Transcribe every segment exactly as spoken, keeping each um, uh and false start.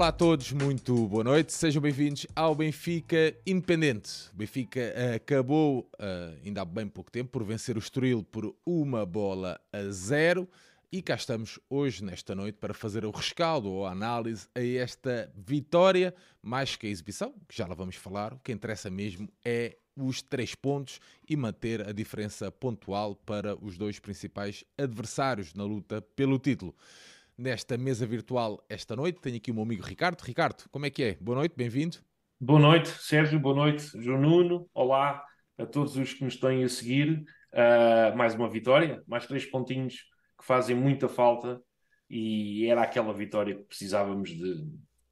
Olá a todos, muito boa noite, sejam bem-vindos ao Benfica Independente. O Benfica uh, acabou, uh, ainda há bem pouco tempo, por vencer o Estoril por uma bola a zero e cá estamos hoje, nesta noite, para fazer o rescaldo ou a análise a esta vitória, mais que a exibição, que já lá vamos falar. O que interessa mesmo é os três pontos e manter a diferença pontual para os dois principais adversários na luta pelo título. Nesta mesa virtual esta noite tenho aqui o meu amigo Ricardo. Ricardo, como é que é? Boa noite, bem-vindo. Boa noite, Sérgio, boa noite, João Nuno. Olá a todos os que nos estão a seguir. Uh, mais uma vitória, mais três pontinhos que fazem muita falta e era aquela vitória que precisávamos de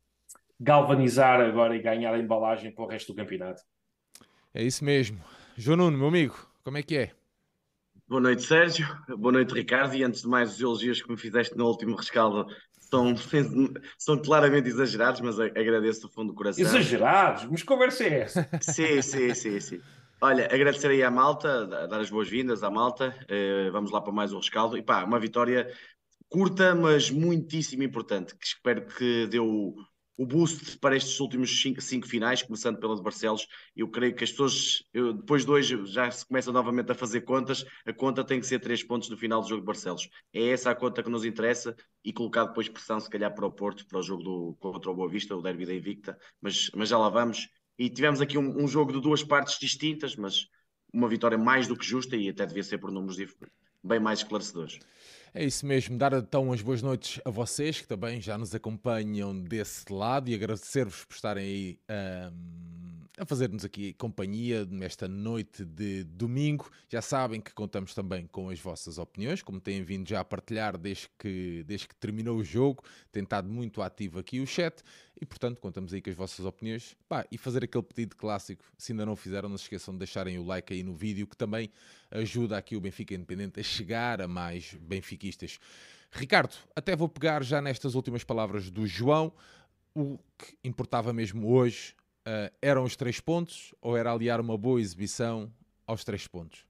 galvanizar agora e ganhar a embalagem para o resto do campeonato. É isso mesmo. João Nuno, meu amigo, como é que é? Boa noite, Sérgio. Boa noite, Ricardo. E antes de mais, os elogios que me fizeste no último rescaldo são, são claramente exagerados, mas agradeço do fundo do coração. Exagerados? Mas que conversa é essa? Sim, sim, sim, sim. Olha, agradecer aí à malta, dar as boas-vindas à malta. Uh, vamos lá para mais um rescaldo. E pá, uma vitória curta, mas muitíssimo importante, que espero que deu o boost para estes últimos cinco, cinco finais, começando pela de Barcelos. Eu creio que as pessoas, eu, depois de hoje, já se começam novamente a fazer contas. A conta tem que ser três pontos no final do jogo de Barcelos. É essa a conta que nos interessa e colocar depois pressão, se calhar, para o Porto, para o jogo do, contra o Boa Vista, o derby da Invicta. Mas, mas já lá vamos. E tivemos aqui um, um jogo de duas partes distintas, mas uma vitória mais do que justa e até devia ser por números bem mais esclarecedores. É isso mesmo, dar então as boas noites a vocês que também já nos acompanham desse lado e agradecer-vos por estarem aí um, a fazer-nos aqui companhia nesta noite de domingo. Já sabem que contamos também com as vossas opiniões, como têm vindo já a partilhar desde que, desde que terminou o jogo, tem estado muito ativo aqui o chat e portanto contamos aí com as vossas opiniões. Pá, e fazer aquele pedido clássico, se ainda não o fizeram, não se esqueçam de deixarem o like aí no vídeo, que também ajuda aqui o Benfica Independente a chegar a mais benfiquistas. Ricardo, até vou pegar já nestas últimas palavras do João. O que importava mesmo hoje uh, eram os três pontos ou era aliar uma boa exibição aos três pontos?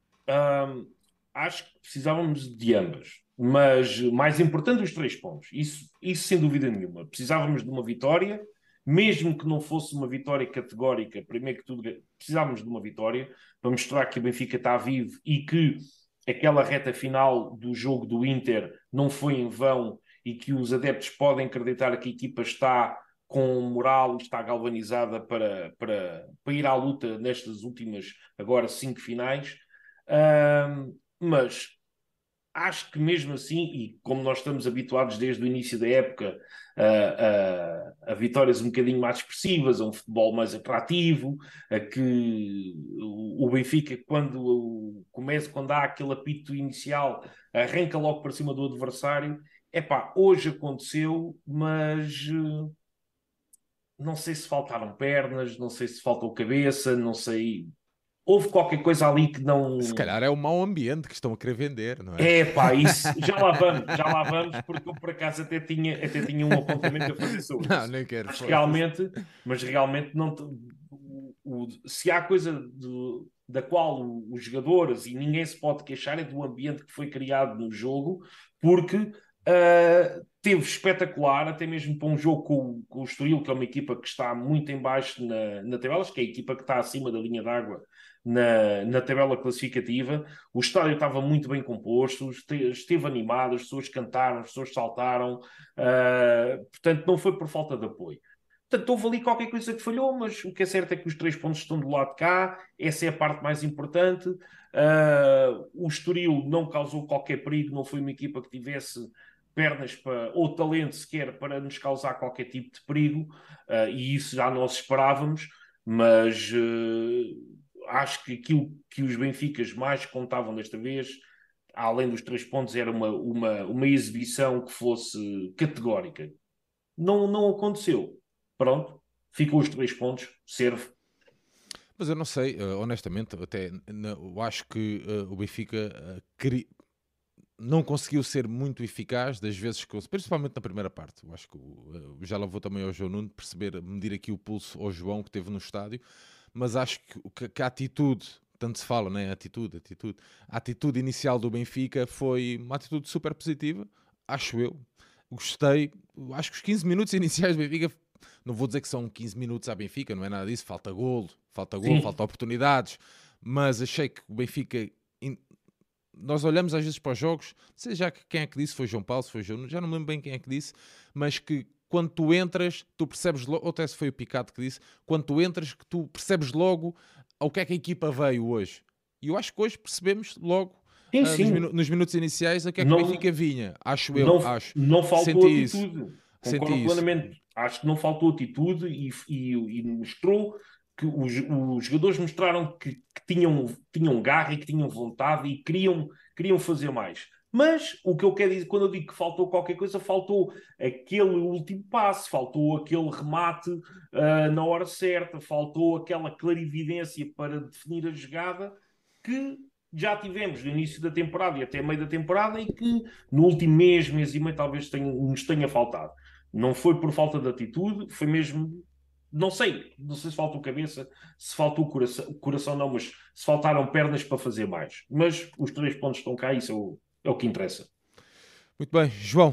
Um, acho que precisávamos de ambas, mas mais importante os três pontos. Isso, isso sem dúvida nenhuma. Precisávamos de uma vitória, mesmo que não fosse uma vitória categórica. Primeiro que tudo, precisávamos de uma vitória para mostrar que o Benfica está vivo e que aquela reta final do jogo do Inter não foi em vão e que os adeptos podem acreditar que a equipa está com moral e está galvanizada para, para, para ir à luta nestas últimas, agora, cinco finais. Um, mas acho que mesmo assim, e como nós estamos habituados desde o início da época a, a, a vitórias um bocadinho mais expressivas, a um futebol mais atrativo, a que o, o Benfica, quando começa, quando há aquele apito inicial, arranca logo para cima do adversário. Epá, hoje aconteceu, mas não sei se faltaram pernas, não sei se faltou cabeça, não sei. Houve qualquer coisa ali que não. Se calhar é o mau ambiente que estão a querer vender, não é? É pá, isso. Já lá vamos, já lá vamos, porque eu por acaso até tinha, até tinha um apontamento a fazer sobre Não, isso. nem quero. Mas realmente, mas realmente não. O, o, se há coisa de, da qual os jogadores, e ninguém se pode queixar, é do ambiente que foi criado no jogo, porque uh, teve espetacular, até mesmo para um jogo com, com o Estoril, que é uma equipa que está muito em baixo na, na tabela, que é a equipa que está acima da linha d'água na, na tabela classificativa. O estádio estava muito bem composto, esteve animado, as pessoas cantaram, as pessoas saltaram, uh, portanto não foi por falta de apoio. Portanto, houve ali qualquer coisa que falhou, mas o que é certo é que os três pontos estão do lado de cá, essa é a parte mais importante. Uh, o Estoril não causou qualquer perigo, não foi uma equipa que tivesse pernas para, ou talento sequer para nos causar qualquer tipo de perigo, uh, e isso já nós esperávamos, mas uh, acho que aquilo que os Benficas mais contavam desta vez, além dos três pontos, era uma, uma, uma exibição que fosse categórica. Não, não aconteceu. Pronto, ficou os três pontos, serve. Mas eu não sei, honestamente, até eu acho que uh, o Benfica uh, queria... não conseguiu ser muito eficaz das vezes que, principalmente na primeira parte. Eu acho que uh, já lá vou também ao João Nuno perceber, medir aqui o pulso ao João que teve no estádio, mas acho que, que a atitude, tanto se fala, né? Atitude, atitude. A atitude inicial do Benfica foi uma atitude super positiva, acho eu. gostei. Acho que os quinze minutos iniciais do Benfica, não vou dizer que são quinze minutos à Benfica, não é nada disso, falta golo, falta golo, Sim. falta oportunidades, mas achei que o Benfica... Nós olhamos às vezes para os jogos, não sei já quem é que disse, foi João Paulo, se foi João, já não me lembro bem quem é que disse, mas que quando tu entras, tu percebes logo, ou até se foi o Picado que disse, quando tu entras, que tu percebes logo ao que é que a equipa veio hoje. E eu acho que hoje percebemos logo, Sim, uh, sim. nos, minu nos minutos iniciais, a que é que Não- o Benfica vinha. Acho eu, não, acho. não faltou Senti isso. atitude. Senti Concordo isso. plenamente. Acho que não faltou atitude e, e, e mostrou que os, os jogadores mostraram que, que tinham, tinham garra e que tinham vontade e queriam, queriam fazer mais. Mas o que eu quero dizer, quando eu digo que faltou qualquer coisa, faltou aquele último passo, faltou aquele remate uh, na hora certa, faltou aquela clarividência para definir a jogada que já tivemos no início da temporada e até meio da temporada e que no último mês, mês e meio, talvez tenha, nos tenha faltado. Não foi por falta de atitude, foi mesmo... Não sei, não sei se faltou cabeça, se faltou o coração, coração não, mas se faltaram pernas para fazer mais. Mas os três pontos estão cá, isso é o, é o que interessa. Muito bem, João,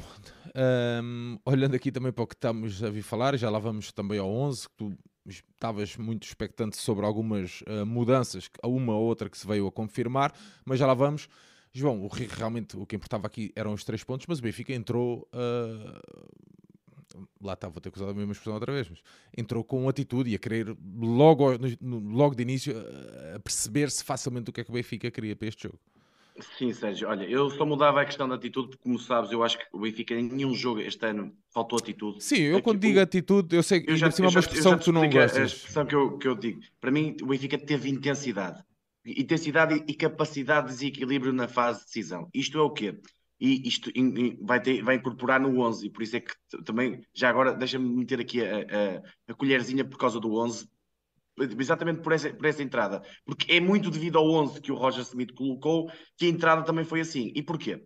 um, olhando aqui também para o que estamos a vir falar, já lá vamos também ao onze, que tu estavas muito expectante sobre algumas uh, mudanças, a uma ou outra que se veio a confirmar, mas já lá vamos. João, o, realmente o que importava aqui eram os três pontos, mas o Benfica entrou... Uh, lá está, vou ter que usar a mesma expressão outra vez, mas entrou com atitude e a querer logo, no, logo de início a perceber-se facilmente o que é que o Benfica queria para este jogo. Sim, Sérgio, olha, eu só mudava a questão da atitude, porque como sabes, eu acho que o Benfica em nenhum jogo este ano faltou atitude. Sim, eu Aqui, quando digo o, atitude, eu sei que eu já, ainda por cima é eu já, uma expressão eu já que tu não expliquei gostas. a expressão que eu, que eu digo. Para mim, o Benfica teve intensidade. Intensidade e, e capacidade de desequilíbrio na fase de decisão. Isto é o quê? E isto in, in, vai, ter, vai incorporar no onze, por isso é que também, já agora, deixa-me meter aqui a, a, a colherzinha por causa do onze, exatamente por essa, por essa entrada, porque é muito devido ao onze que o Roger Smith colocou, que a entrada também foi assim. E porquê?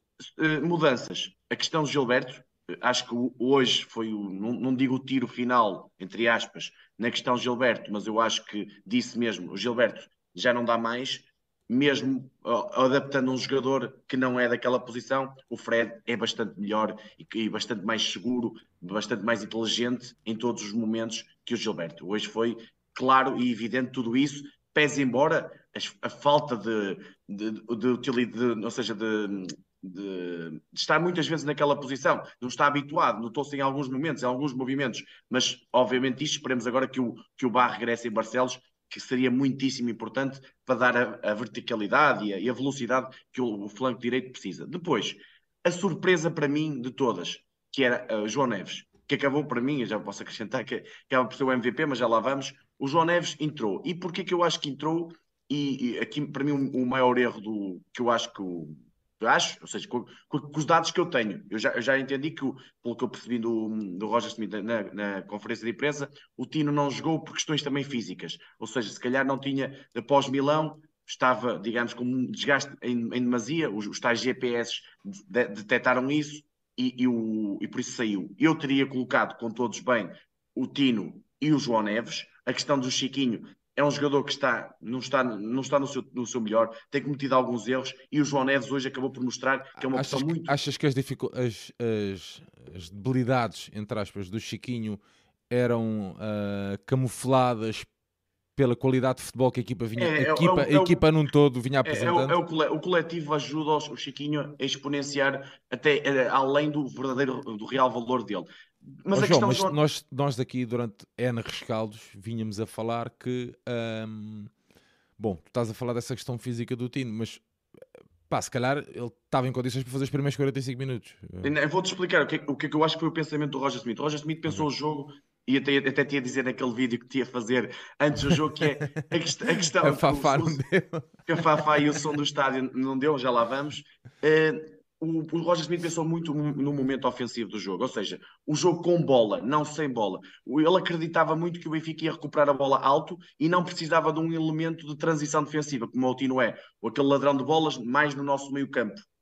Uh, mudanças. A questão de Gilberto, uh, acho que hoje foi o, não, não digo o tiro final, entre aspas, na questão de Gilberto, mas eu acho que disse mesmo, o Gilberto já não dá mais, mesmo uh, adaptando um jogador que não é daquela posição, o Fred é bastante melhor e, e bastante mais seguro, bastante mais inteligente em todos os momentos que o Gilberto. Hoje foi claro e evidente tudo isso, pese embora a, a falta de, de, de utilidade, ou seja, de, de, de estar muitas vezes naquela posição, não está habituado, notou-se em alguns momentos, em alguns movimentos, mas obviamente isto, esperemos agora que o, que o Bar regresse em Barcelos, que seria muitíssimo importante para dar a, a verticalidade e a, e a velocidade que o, o flanco direito precisa. Depois, a surpresa para mim de todas, que era uh, João Neves, que acabou para mim, eu já posso acrescentar que acaba por ser o M V P, mas já lá vamos. O João Neves entrou. E porquê que eu acho que entrou? E, e aqui para mim o, o maior erro do que eu acho que o eu acho, ou seja, com, com, com os dados que eu tenho, eu já, eu já entendi que, o, pelo que eu percebi do, do Roger Smith na, na conferência de imprensa, o Tino não jogou por questões também físicas, ou seja, se calhar não tinha, após Milão, estava, digamos, com um desgaste em, em demasia, os, os tais G P S de, detectaram isso e, e, o, e por isso saiu. Eu teria colocado, com todos bem, o Tino e o João Neves. A questão do Chiquinho é um jogador que está, não está, não está no, seu, no seu melhor, tem cometido alguns erros e o João Neves hoje acabou por mostrar que é uma achas opção que, muito... Achas que as, as, as, as debilidades, entre aspas, do Chiquinho eram uh, camufladas pela qualidade de futebol que a equipa vinha, é, a equipa, é, é, a equipa num todo vinha apresentando? É, é, o, é o, o coletivo ajuda o Chiquinho a exponenciar até é, além do verdadeiro, do real valor dele. Mas oh, a João, questão mas João... nós, nós daqui durante N rescaldos vinhamos a falar que um, bom, tu estás a falar dessa questão física do Tino, mas pá, se calhar ele estava em condições para fazer os primeiros quarenta e cinco minutos. Eu vou-te explicar o que, o que eu acho que foi o pensamento do Roger Smith. O Roger Smith pensou okay. o jogo e até, até te ia dizer naquele vídeo que te ia fazer antes do jogo, que é a, quest a questão... a Fafá o, não o, deu. Que a Fafá e o som do estádio não deu, já lá vamos. Uh, o, o Roger Smith pensou muito no momento ofensivo do jogo, ou seja, o jogo com bola, não sem bola. Ele acreditava muito que o Benfica ia recuperar a bola alto e não precisava de um elemento de transição defensiva, como o Tino é, ou aquele ladrão de bolas mais no nosso meio campo.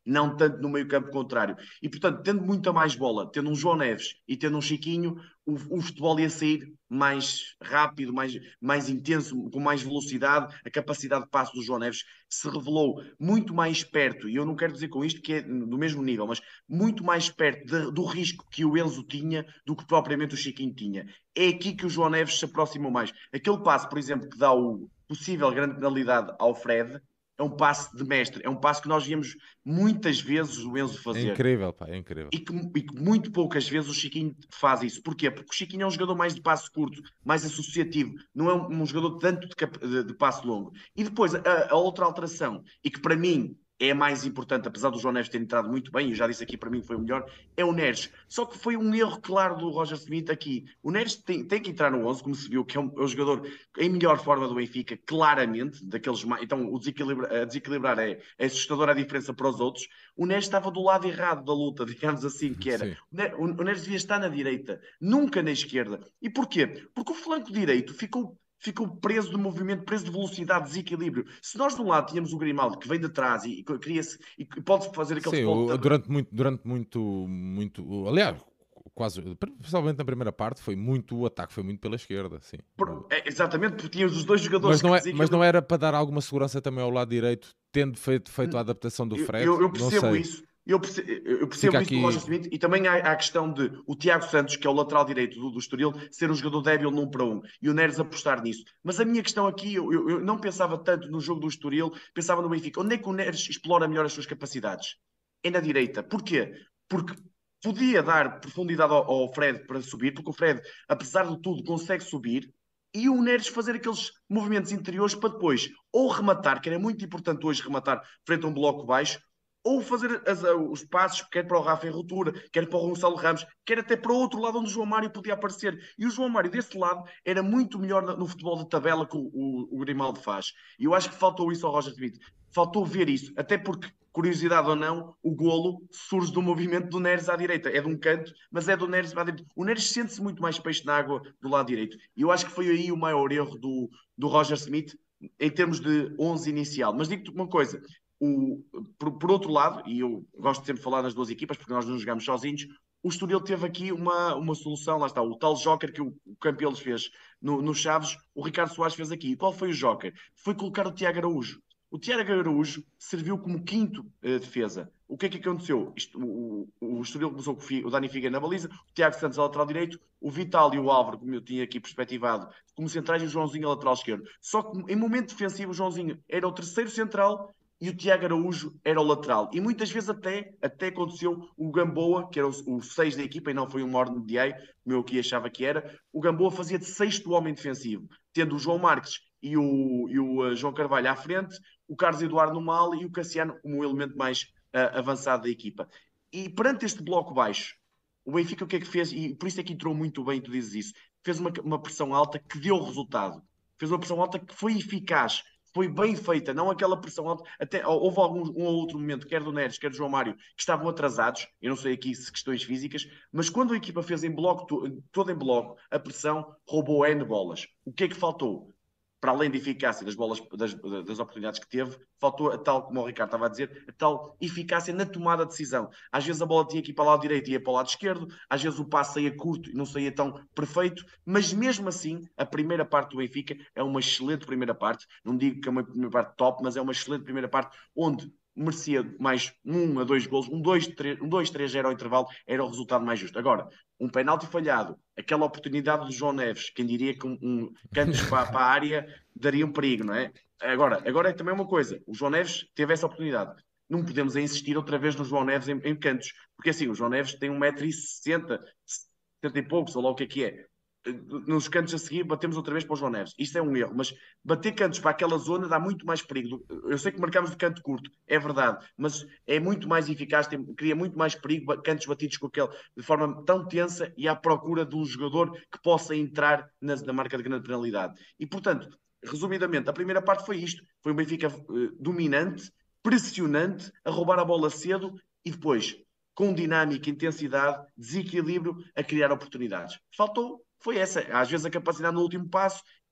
não tanto no meio campo contrário. E, portanto, tendo muita mais bola, tendo um João Neves e tendo um Chiquinho, o, o futebol ia sair mais rápido, mais, mais intenso, com mais velocidade. A capacidade de passo do João Neves se revelou muito mais perto, e eu não quero dizer com isto que é do mesmo nível, mas muito mais perto de, do risco que o Enzo tinha do que propriamente o Chiquinho tinha. É aqui que o João Neves se aproximou mais. Aquele passo, por exemplo, que dá o possível grande penalidade ao Fred, é um passo de mestre, é um passo que nós víamos muitas vezes o Enzo É fazer. incrível, pá, é incrível. E que, e que muito poucas vezes o Chiquinho faz isso. Porquê? Porque o Chiquinho é um jogador mais de passo curto, mais associativo, não é um, um jogador tanto de, cap- de, de passo longo. E depois, a, a outra alteração, e que para mim é a mais importante, apesar do João Neves ter entrado muito bem, eu já disse aqui para mim que foi o melhor, é o Neres. Só que foi um erro claro do Roger Smith aqui. O Neres tem, tem que entrar no onze, como se viu, que é, um, é o jogador em melhor forma do Benfica, claramente, daqueles mais. Então, o desequilibra, a desequilibrar é, é assustadora a diferença para os outros. O Neres estava do lado errado da luta, digamos assim, que era. Sim. O Neres devia estar na direita, nunca na esquerda. E porquê? Porque o flanco direito ficou ficou preso de movimento, preso de velocidade, desequilíbrio. Se nós de um lado tínhamos o Grimaldo que vem de trás e, e cria-se e pode fazer aquele Sim, futebol o- de... durante muito, durante muito, muito, aliás, quase, principalmente na primeira parte, foi muito o ataque, foi muito pela esquerda, sim. Por- é, exatamente, porque tínhamos os dois jogadores Mas não, que é, mas não desequilibram. era para dar alguma segurança também ao lado direito, tendo feito, feito a adaptação do Eu, Fred? eu- eu Não percebo sei. isso. Eu percebo, eu Fica percebo isso do Roger aqui, Smith e também há, há a questão de o Tiago Santos, que é o lateral direito do, do Estoril, ser um jogador débil num para um e o Neres apostar nisso. Mas a minha questão aqui, eu, eu- eu não pensava tanto no jogo do Estoril, pensava no Benfica. Onde é que o Neres explora melhor as suas capacidades? É na direita. Porquê? Porque podia dar profundidade ao, ao Fred para subir, porque o Fred, apesar de tudo, consegue subir. E o Neres fazer aqueles movimentos interiores para depois ou rematar, que era muito importante hoje rematar frente a um bloco baixo, ou fazer as, os passos, quer para o Rafa em ruptura, quer para o Gonçalo Ramos, quer até para o outro lado onde o João Mário podia aparecer. E o João Mário, desse lado, era muito melhor no, no futebol de tabela que o, o, o Grimaldo faz. E eu acho que faltou isso ao Roger Smith. Faltou ver isso, até porque, curiosidade ou não, o golo surge do movimento do Neres à direita. É de um canto, mas é do Neres à direita. O Neres sente-se muito mais peixe na água do lado direito. E eu acho que foi aí o maior erro do, do Roger Smith, em termos de onze inicial. Mas digo-te uma coisa, o, por, por, outro lado, e eu gosto de sempre falar nas duas equipas, porque nós não jogamos sozinhos, o Estoril teve aqui uma, uma solução, lá está, o tal joker que o, o Campelos fez no, no Chaves, o Ricardo Soares fez aqui. E qual foi o joker? Foi colocar o Tiago Araújo. O Tiago Araújo serviu como quinto uh, defesa. O que é que aconteceu? Isto, o, o, o Estoril começou com o Dani Figueiredo na baliza, o Tiago Santos a lateral direito, o Vital e o Álvaro, como eu tinha aqui perspectivado, como centrais, e o Joãozinho a lateral esquerdo. Só que em momento defensivo o Joãozinho era o terceiro central e o Tiago Araújo era o lateral. E muitas vezes até, até aconteceu o Gamboa, que era o seis da equipa, e não foi uma ordem de aí, como eu aqui achava que era, o Gamboa fazia de sexto homem defensivo, tendo o João Marques e o, e o uh, João Carvalho à frente, o Carlos Eduardo no mal e o Cassiano como o elemento mais uh, avançado da equipa. E perante este bloco baixo, o Benfica o que é que fez? E por isso é que entrou muito bem, tu dizes isso. Fez uma, uma pressão alta que deu resultado. Fez uma pressão alta que foi eficaz, foi bem feita, não aquela pressão alta. Até, houve algum, um ou outro momento, quer do Neres, quer do João Mário, que estavam atrasados, eu não sei aqui se questões físicas, mas quando a equipa fez em bloco, todo em bloco, a pressão roubou N bolas. O que é que faltou? Para além da eficácia das bolas, das, das oportunidades que teve, faltou a tal, como o Ricardo estava a dizer, a tal eficácia na tomada de decisão. Às vezes a bola tinha que ir para o lado direito e ia para o lado esquerdo, às vezes o passe saía curto e não saía tão perfeito, mas mesmo assim, a primeira parte do Benfica é uma excelente primeira parte. Não digo que é uma primeira parte top, mas é uma excelente primeira parte, onde merecia mais um a dois golos, um dois três um dois três zero ao intervalo, era o resultado mais justo. Agora, um penalti falhado, aquela oportunidade do João Neves, quem diria que um, um cantos para, para a área daria um perigo, não é? Agora, agora é também uma coisa, o João Neves teve essa oportunidade. Não podemos insistir outra vez no João Neves em, em cantos, porque assim, o João Neves tem um metro e sessenta, setenta e poucos, ou lá o que é que é. Nos cantos a seguir batemos outra vez para o João Neves. Isto é um erro, mas bater cantos para aquela zona dá muito mais perigo. Eu sei que marcamos de canto curto, é verdade, mas é muito mais eficaz, tem, cria muito mais perigo, cantos batidos com aquele, de forma tão tensa e à procura de um jogador que possa entrar na, na marca de grande penalidade. E, portanto, resumidamente, a primeira parte foi isto. Foi um Benfica uh, dominante, pressionante, a roubar a bola cedo e depois, com dinâmica, intensidade, desequilíbrio, a criar oportunidades. Faltou foi essa. Às vezes a capacidade no último passo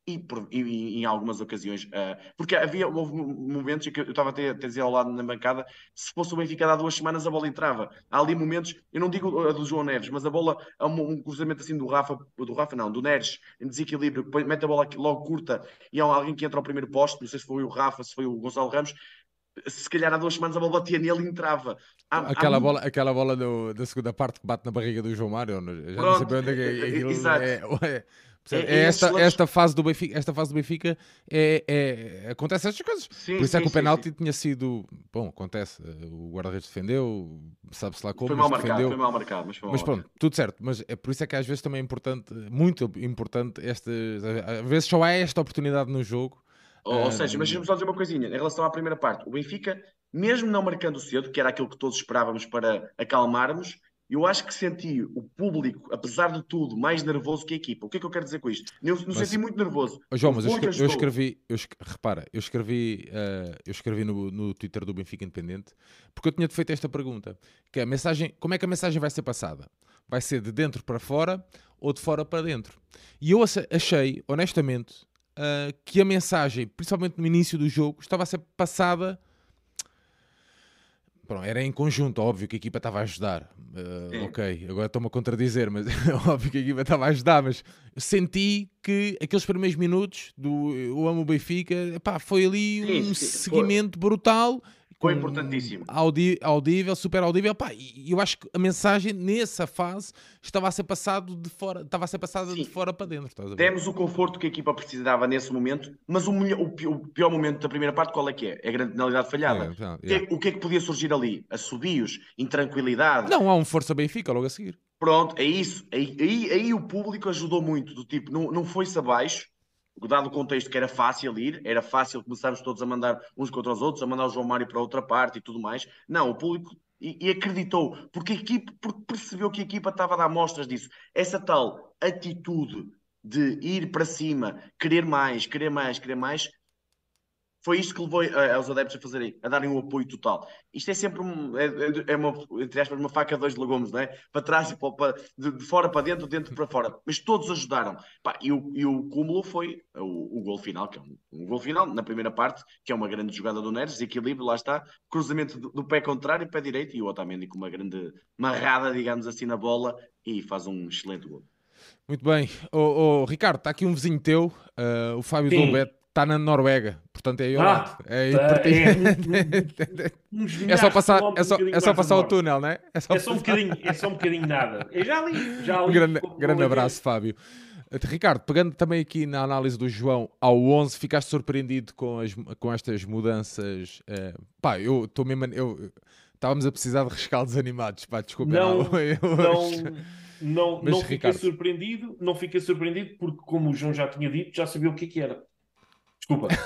e, por, e, e em algumas ocasiões, uh, porque havia, houve momentos que eu estava até a dizer ao lado na bancada, se fosse o Benfica há duas semanas a bola entrava. Há ali momentos, eu não digo a do João Neves, mas a bola, há um, um cruzamento assim do Rafa, do Rafa não, do Neres, em desequilíbrio, mete a bola aqui, logo curta, e há alguém que entra ao primeiro poste, não sei se foi o Rafa, se foi o Gonçalo Ramos, se calhar há duas semanas a bola batia nele e entrava. Há, há Aquela muito... bola, aquela bola do, da segunda parte que bate na barriga do João Mário, já não sei Pronto, bem onde é que é, aquilo exato. é, é, É, é é esta, lances... esta fase do Benfica, esta fase do Benfica é, é, acontece estas coisas. Sim, Por isso sim, é que o sim, penalti sim. tinha sido, bom, acontece, o guarda-redes defendeu, sabe-se lá como, Foi mas mal marcado, defendeu. foi mal marcado, mas foi mal Mas marcado. pronto, tudo certo, mas é por isso é que às vezes também é importante, muito importante, esta, às vezes só há esta oportunidade no jogo. Ou, ou seja, mas Um, deixa-me só dizer uma coisinha. Em relação à primeira parte, o Benfica, mesmo não marcando cedo, que era aquilo que todos esperávamos para acalmarmos, eu acho que senti o público, apesar de tudo, mais nervoso que a equipa. O que é que eu quero dizer com isto? Eu não mas senti muito nervoso. Oh, João, O mas eu público escre- eu ajudou. escrevi, eu es- repara, eu escrevi, eh, eu escrevi no, no Twitter do Benfica Independente porque eu tinha-te feito esta pergunta, que é a mensagem, como é que a mensagem vai ser passada? Vai ser de dentro para fora ou de fora para dentro? E eu ace- achei, honestamente, eh, que a mensagem, principalmente no início do jogo, estava a ser passada. Pronto, era em conjunto, óbvio que a equipa estava a ajudar. Uh, Sim. ok, agora estou-me a contradizer, mas óbvio que a equipa estava a ajudar. Mas senti que aqueles primeiros minutos do Eu Amo o Benfica, epá, foi ali Sim, um sim, foi, seguimento brutal, foi com importantíssimo. audi audível, super audível. Epá, e eu acho que a mensagem nessa fase estava a ser passado de fora, estava a ser passada de Sim, fora para dentro. Estás a ver? demos o conforto que a equipa precisava nesse momento, mas o, melhor- o pi- o pior momento da primeira parte, qual é que é? É a grande penalidade falhada. É, então, O que yeah. é, o que é que podia surgir ali? Assobios, intranquilidade. Não há um Força Benfica logo a seguir. Pronto, é isso. Aí, aí, aí o público ajudou muito, do tipo, não, não foi-se abaixo, dado o contexto que era fácil ir, era fácil começarmos todos a mandar uns contra os outros, a mandar o João Mário para outra parte e tudo mais. Não, o público e, e acreditou, porque a equipe, porque percebeu que a equipa estava a dar mostras disso. Essa tal atitude de ir para cima, querer mais, querer mais, querer mais, foi isto que levou eh, aos adeptos a fazerem, a darem o apoio total. Isto é sempre um, é, é é uma, entre aspas, uma faca de dois legumes, não é? Para trás e para, para- de, de fora para dentro, de dentro para fora. Mas todos ajudaram. Pá, e, o, e o cúmulo foi o, o gol final, que é um, um gol final na primeira parte, que é uma grande jogada do Neres, desequilíbrio, lá está, cruzamento do, do pé contrário, pé direito, e o Otamendi com uma grande marrada, digamos assim, na bola, e faz um excelente gol. Muito bem. Ô, ô, Ricardo, está aqui um vizinho teu, uh, o Fábio Sim. Dolbeto, está na Noruega, portanto é aí ao Ah, lado. É aí tá, pertinho. é um- um- uns É só milhares de passar, é quilómetros só, um bocadinho é só mais a passar o norte. túnel, não é? É só, É só um passar- bocadinho, é só um bocadinho nada. Eu já li, já Um li. grande, como- grande como é que é. abraço, Fábio. Uh, Ricardo, pegando também aqui na análise do João ao onze, ficaste surpreendido com, as, com estas mudanças? Uh, pá, eu estou mesmo. Eu, estávamos a precisar de rescaldos animados, pá, desculpa Não, lá. Eu- não, não, Mas, não fiquei Ricardo, surpreendido, não fiquei surpreendido porque, como o João já tinha dito, já sabia o que é que era. Desculpa.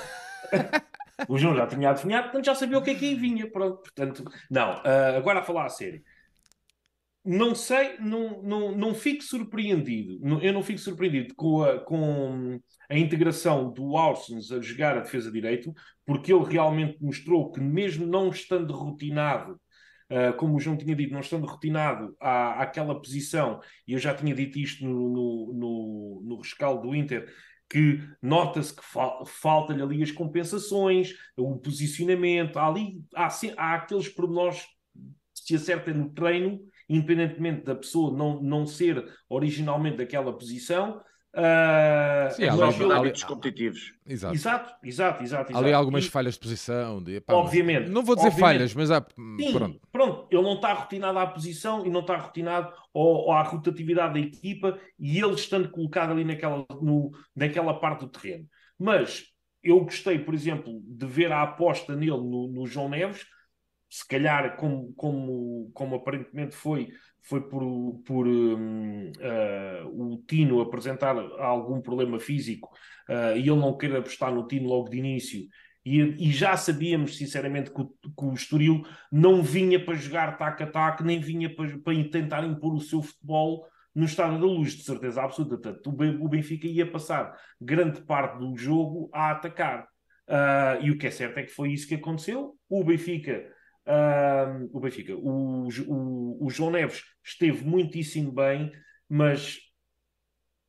O João já tinha adivinhado, portanto já sabia o que é que aí vinha. Pronto, portanto, não. ah, agora a falar a sério. Não sei, não, não, não fico surpreendido. Não- Eu não fico surpreendido com a, com a integração do Orsens a jogar a defesa direito, porque ele realmente mostrou que, mesmo não estando rotinado, uh, como o João tinha dito, não estando rotinado à, àquela posição, e eu já tinha dito isto no, no, no, no rescaldo do Inter, que nota-se que fal, falta-lhe ali as compensações, o posicionamento, há ali há, há aqueles pormenores que se acertam no treino, independentemente da pessoa não, não ser originalmente daquela posição. Uh, sim, há Só ali, para dar há ali- hábitos competitivos. exato. Exato, exato, exato. Há ali exato. algumas E, falhas de posição, de, pá, mas obviamente, não vou dizer obviamente. falhas, mas há, Sim, pronto. pronto, ele não está rotinado à posição e não está rotinado ao, à rotatividade da equipa, e ele estando colocado ali naquela, no, naquela parte do terreno. Mas eu gostei, por exemplo, de ver a aposta nele no, no João Neves, se calhar como, como, como aparentemente foi, foi por, por um, uh, o Tino apresentar algum problema físico, uh, e ele não querer apostar no Tino logo de início. E, e já sabíamos, sinceramente, que o, que o Estoril não vinha para jogar tac a tac, nem vinha para, para tentar impor o seu futebol no Estádio da Luz, de certeza absoluta. Portanto, o Benfica ia passar grande parte do jogo a atacar. Uh, e o que é certo é que foi isso que aconteceu. O Benfica, uh, o, Benfica o, o, o João Neves esteve muitíssimo bem, mas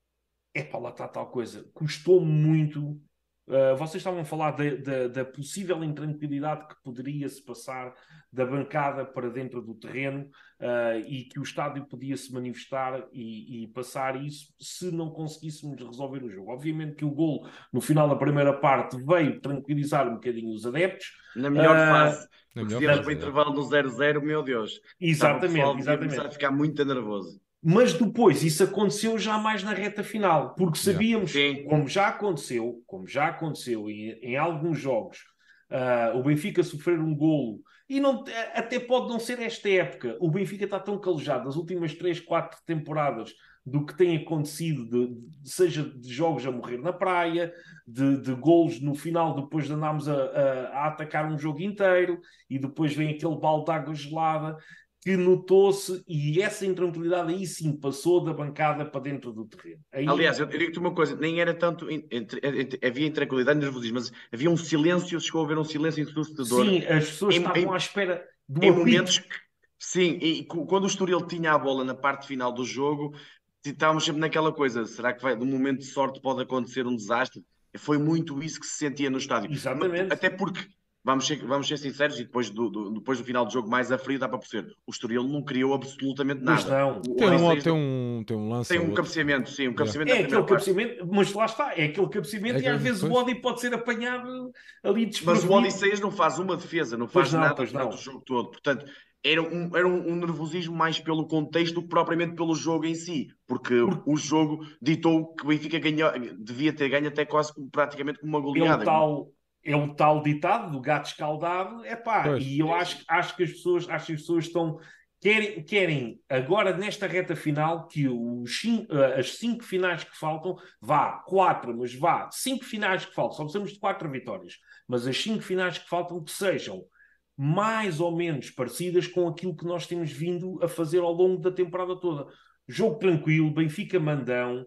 é para lá está tal coisa. Custou muito. Uh, vocês estavam a falar da, da, da possível intranquilidade que poderia se passar da bancada para dentro do terreno uh, e que o estádio podia se manifestar e, e passar isso se não conseguíssemos resolver o jogo. Obviamente que o golo no final da primeira parte veio tranquilizar um bocadinho os adeptos. Na melhor Uh, fase. Na Porque melhor se viemos fase, para o é. intervalo do zero zero, meu Deus. Estava o pessoal Exatamente, ia começar a exatamente. ficar muito nervoso. Mas depois isso aconteceu já mais na reta final, porque Yeah. sabíamos, Sim. como já aconteceu, como já aconteceu em, em alguns jogos, uh, o Benfica sofrer um golo, e não, até pode não ser esta época, o Benfica está tão calejado das últimas três, quatro temporadas do que tem acontecido, de, de, seja de jogos a morrer na praia, de, de golos no final, depois de andarmos a, a, a atacar um jogo inteiro, e depois vem aquele balde de água gelada, que notou-se, e essa intranquilidade aí sim passou da bancada para dentro do terreno. Aí... Aliás, eu, eu digo-te uma coisa, nem era tanto, entre, entre, havia intranquilidade e nervosismo, mas havia um silêncio, chegou a haver um silêncio ensurdecedor. Sim, as pessoas em, estavam em, à espera do em apito. momentos que, sim, e quando o Estoril tinha a bola na parte final do jogo, estávamos sempre naquela coisa, será que vai, de um momento de sorte pode acontecer um desastre? Foi muito isso que se sentia no estádio. Exatamente. Até porque... Vamos ser, vamos ser sinceros, e depois do, do, depois do final do jogo mais a frio dá para perceber. O Estoril não criou absolutamente Mas nada. não. O Tem um, Odisseis tem um, tem um lance. tem um outro. cabeceamento, sim, um cabeceamento É na aquele primeira parte. cabeceamento, mas lá está, é aquele cabeceamento É e às que- vezes pois. o body pode ser apanhado ali Mas desprovido. o Odisseias não faz uma defesa, não Pois faz não, nada pois durante não. o jogo todo. Portanto, era, um, era um, um nervosismo mais pelo contexto do que propriamente pelo jogo em si. Porque Porque- o jogo ditou que o Benfica ganhou, devia ter ganho até quase como- praticamente com uma É o goleada. tal, é o tal ditado do gato escaldado, é pá, Pois. e eu acho, acho que as pessoas, acho que as pessoas estão, querem, querem agora nesta reta final que os, cin- eh, as cinco finais que faltam, vá, quatro, mas vá, cinco finais que faltam, só precisamos de quatro vitórias, mas as cinco finais que faltam que sejam mais ou menos parecidas com aquilo que nós temos vindo a fazer ao longo da temporada toda. Jogo tranquilo, Benfica mandão,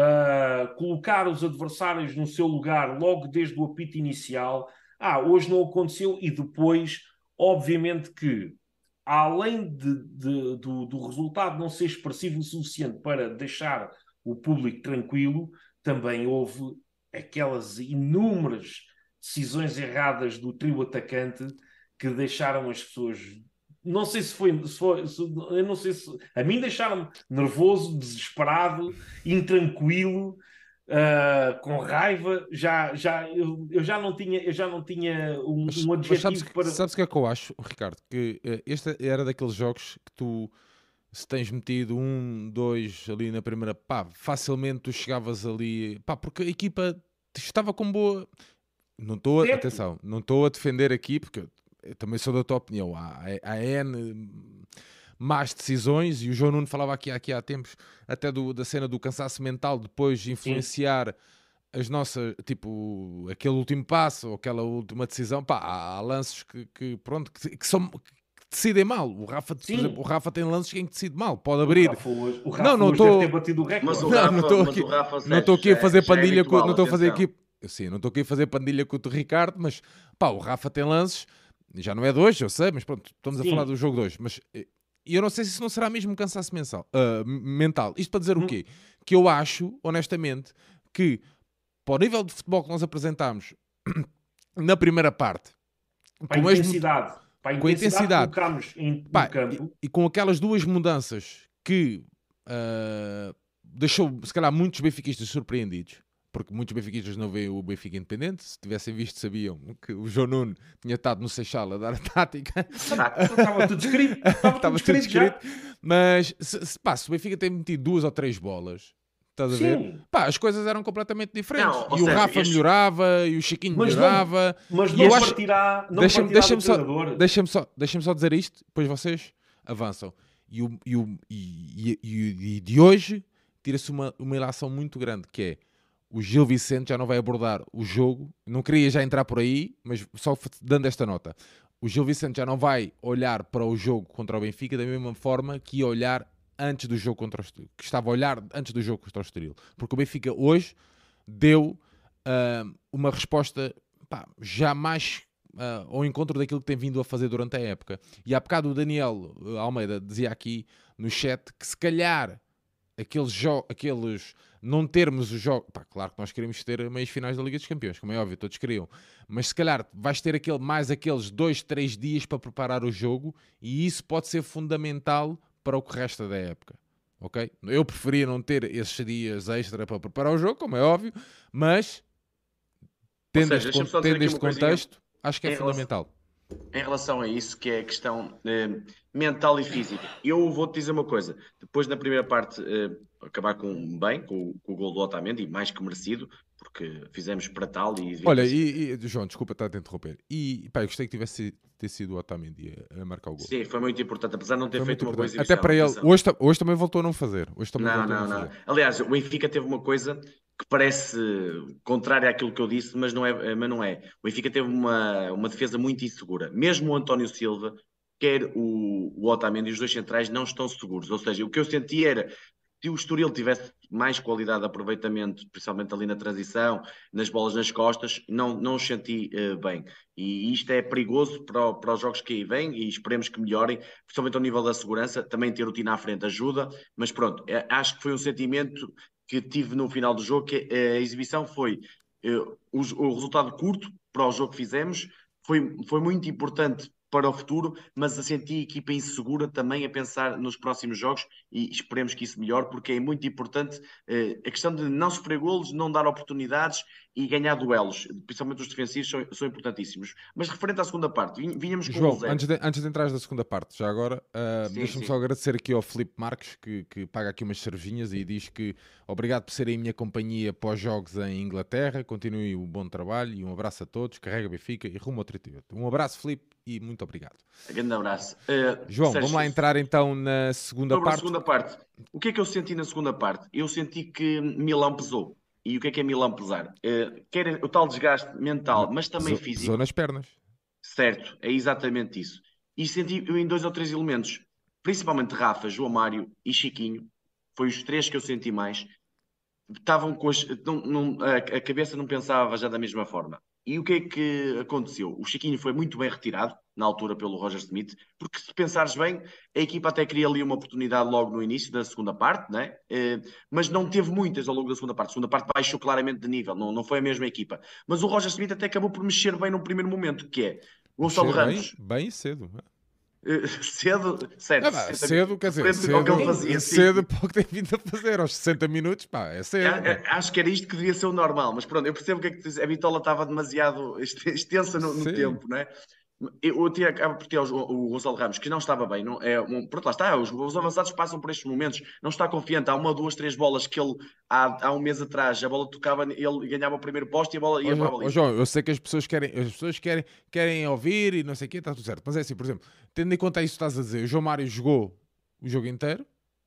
Uh, colocar os adversários no seu lugar logo desde o apito inicial. Ah, hoje não aconteceu e depois, obviamente que, além de, de, do, do resultado não ser expressivo o suficiente para deixar o público tranquilo, também houve aquelas inúmeras decisões erradas do trio atacante que deixaram as pessoas... Não sei se foi, se foi se, eu não sei se a mim deixaram-me nervoso, desesperado, intranquilo, uh, com raiva. Já, já eu, eu já não tinha, eu já não tinha um, Mas, um mas adjetivo sabes, que- para. sabes o que é que eu acho, Ricardo? Que eh, este era daqueles jogos que tu, se tens metido um, dois ali na primeira, pá, facilmente tu chegavas ali, pá, porque a equipa estava com boa. Não estou, a- Certo. atenção, não estou a defender aqui, porque eu, eu também sou da tua opinião. Há, há N más decisões, e o João Nuno falava aqui, aqui há tempos, até do, da cena do cansaço mental, depois de influenciar as nossas, tipo, aquele último passo ou aquela última decisão. Pá, há, há lances que, que pronto, que, que são... que decidem mal. O Rafa, por Sim. exemplo, o Rafa tem lances em que decide mal, pode abrir. O Rafa hoje, o Rafa Não, não hoje tô- deve ter batido o recorde. Mas o Não, Rafa, não estou mas aqui, o Rafa, não Sérgio, estou aqui a já é- fazer já é pandilha com, habitual, não estou a fazer atenção. aqui, sim, não estou aqui a fazer pandilha com o Ricardo, mas pá, o Rafa tem lances, já não é de hoje, eu sei, mas pronto, estamos a Sim. falar do jogo de hoje, mas eh, eu não sei se isso não será mesmo um cansaço mensal, ah, m- mental. Isto para dizer o Hum. quê? Que eu acho, honestamente, que para o nível de futebol que nós apresentámos na primeira parte, Para a com as mu- intensidade, para a com a intensidade, intensidade. que colocámos em, Pá, no campo. e, e com aquelas duas mudanças que ah, deixou, se calhar, muitos benfiquistas surpreendidos, porque muitos benfiquistas não veem o Benfica independente. Se tivessem visto, sabiam que o João Nuno tinha estado no Seixal a dar a tática. Estava tudo escrito. Estava, Estava tudo tudo escrito, já. escrito. Mas se, se, pá, se o Benfica tem metido duas ou três bolas, estás a ver? Sim. Pá, as coisas eram completamente diferentes. Não, ou e o seja, Rafa este- melhorava, e o Chiquinho Mas não- melhorava. Mas E não eu acho- partirá, não Deixa-me partirá deixa do só, treinador. deixa só, deixa só dizer isto, depois vocês avançam. E, o, e, o, e, e, e de hoje tira-se uma, uma ilação muito grande, que é o Gil Vicente já não vai abordar o jogo. Não queria já entrar por aí, mas só f- dando esta nota. O Gil Vicente já não vai olhar para o jogo contra o Benfica da mesma forma que ia olhar antes do jogo contra o Estoril, que estava a olhar antes do jogo contra o Estoril. Porque o Benfica hoje deu ah, uma resposta, pá, já mais ah, ao encontro daquilo que tem vindo a fazer durante a época. E há bocado o Daniel Almeida dizia aqui no chat que se calhar aqueles, jo- aqueles não termos o jogo... Pá, claro que nós queremos ter meias finais da Liga dos Campeões, como é óbvio, todos queriam. Mas se calhar vais ter aquele, mais aqueles dois, três dias para preparar o jogo e isso pode ser fundamental para o que resta da época. Ok? Eu preferia não ter esses dias extra para preparar o jogo, como é óbvio, mas tendo seja, este, deixa-me só dizer tendo aqui este uma coisinha. contexto, acho que é Em relação- fundamental. Em relação a isso, que é a questão eh, mental e física, eu vou-te dizer uma coisa. Depois, na primeira parte, eh, acabar com bem, com, com o gol do Otamendi, mais que merecido, porque fizemos para tal e devia Olha, ter sido. e, e João, desculpa estar a te interromper. E pá, eu gostei que tivesse ter sido o Otamendi a, a marcar o gol. Sim, foi muito importante, apesar de não ter Foi feito muito uma boa importante. exibição. Até para ele, atenção. hoje, ta- hoje também voltou a não fazer. Hoje também Não, voltou a não, não não. fazer. Aliás, o Benfica teve uma coisa que parece contrária àquilo que eu disse, mas não é. Mas não é. O Benfica teve uma, uma defesa muito insegura. Mesmo o António Silva, quer o, o Otamendi, os dois centrais não estão seguros. Ou seja, o que eu senti era se o Estoril tivesse mais qualidade de aproveitamento, principalmente ali na transição, nas bolas nas costas, não, não os senti uh, bem. E isto é perigoso para, o, para os jogos que aí vêm e esperemos que melhorem, principalmente ao nível da segurança. Também ter o Tino à frente ajuda, mas pronto, é, acho que foi um sentimento que tive no final do jogo, que a exibição foi uh, o, o resultado curto para o jogo que fizemos, foi, foi muito importante para o futuro, mas a sentir a equipa insegura também a pensar nos próximos jogos e esperemos que isso melhore, porque é muito importante eh, a questão de não sofrer golos, não dar oportunidades e ganhar duelos, principalmente os defensivos são, são importantíssimos. Mas referente à segunda parte, vinhamos com João, um zero. antes de, antes de entrar na segunda parte, já agora, uh, Sim, deixa-me sim. só agradecer aqui ao Filipe Marques, que, que paga aqui umas cervejinhas e diz que obrigado por serem a minha companhia pós-jogos em Inglaterra, continue o bom trabalho e um abraço a todos, carrega Benfica e rumo ao trinta e oito. Um abraço, Filipe, e muito obrigado. Grande abraço. Uh, João, Sérgio, vamos lá entrar então na segunda sobre parte. a segunda parte. O que é que eu senti na segunda parte? Eu senti que Milão pesou. E o que é que é Milão pesar? Uh, quer o tal desgaste mental, mas também Pesou, físico. pesou nas pernas. Certo, é exatamente isso. E senti eu em dois ou três elementos, principalmente Rafa, João Mário e Chiquinho, foi os três que eu senti mais. Estavam com as, não, não, a, a cabeça não pensava já da mesma forma. E o que é que aconteceu? O Chiquinho foi muito bem retirado, na altura, pelo Roger Smith, porque se pensares bem, a equipa até queria ali uma oportunidade logo no início da segunda parte, né? Eh, mas não teve muitas ao longo da segunda parte. A segunda parte baixou claramente de nível, não, não foi a mesma equipa. Mas o Roger Smith até acabou por mexer bem no primeiro momento, que é o Gonçalo Mexer Ramos. Bem, bem cedo. eh, cedo, certo, Ah, pá, cedo, quer dizer, diferente do que ele cedo, fazia, sim. cedo para o que tem vindo a fazer, aos sessenta minutos, pá, é cedo. A- a- Acho que era isto que devia ser o normal, mas pronto, eu percebo o que é que tu dizes. A bitola estava demasiado ex- extensa no, no Sim. tempo, não é? Eu, eu tinha, acabo por ter o, o Gonçalo Ramos, que não estava bem, não, é, um, pronto, lá está, os, os avançados passam por estes momentos, não está confiante, há uma, duas, três bolas que ele, há, há um mês atrás, a bola tocava, ele ganhava o primeiro poste e a bola ia Ó, para a João, ó, baliza. João, eu sei que as pessoas querem, as pessoas querem, querem ouvir e não sei o quê, está tudo certo. Mas é assim, por exemplo, tendo em conta isso que estás a dizer, o João Mário jogou o jogo inteiro,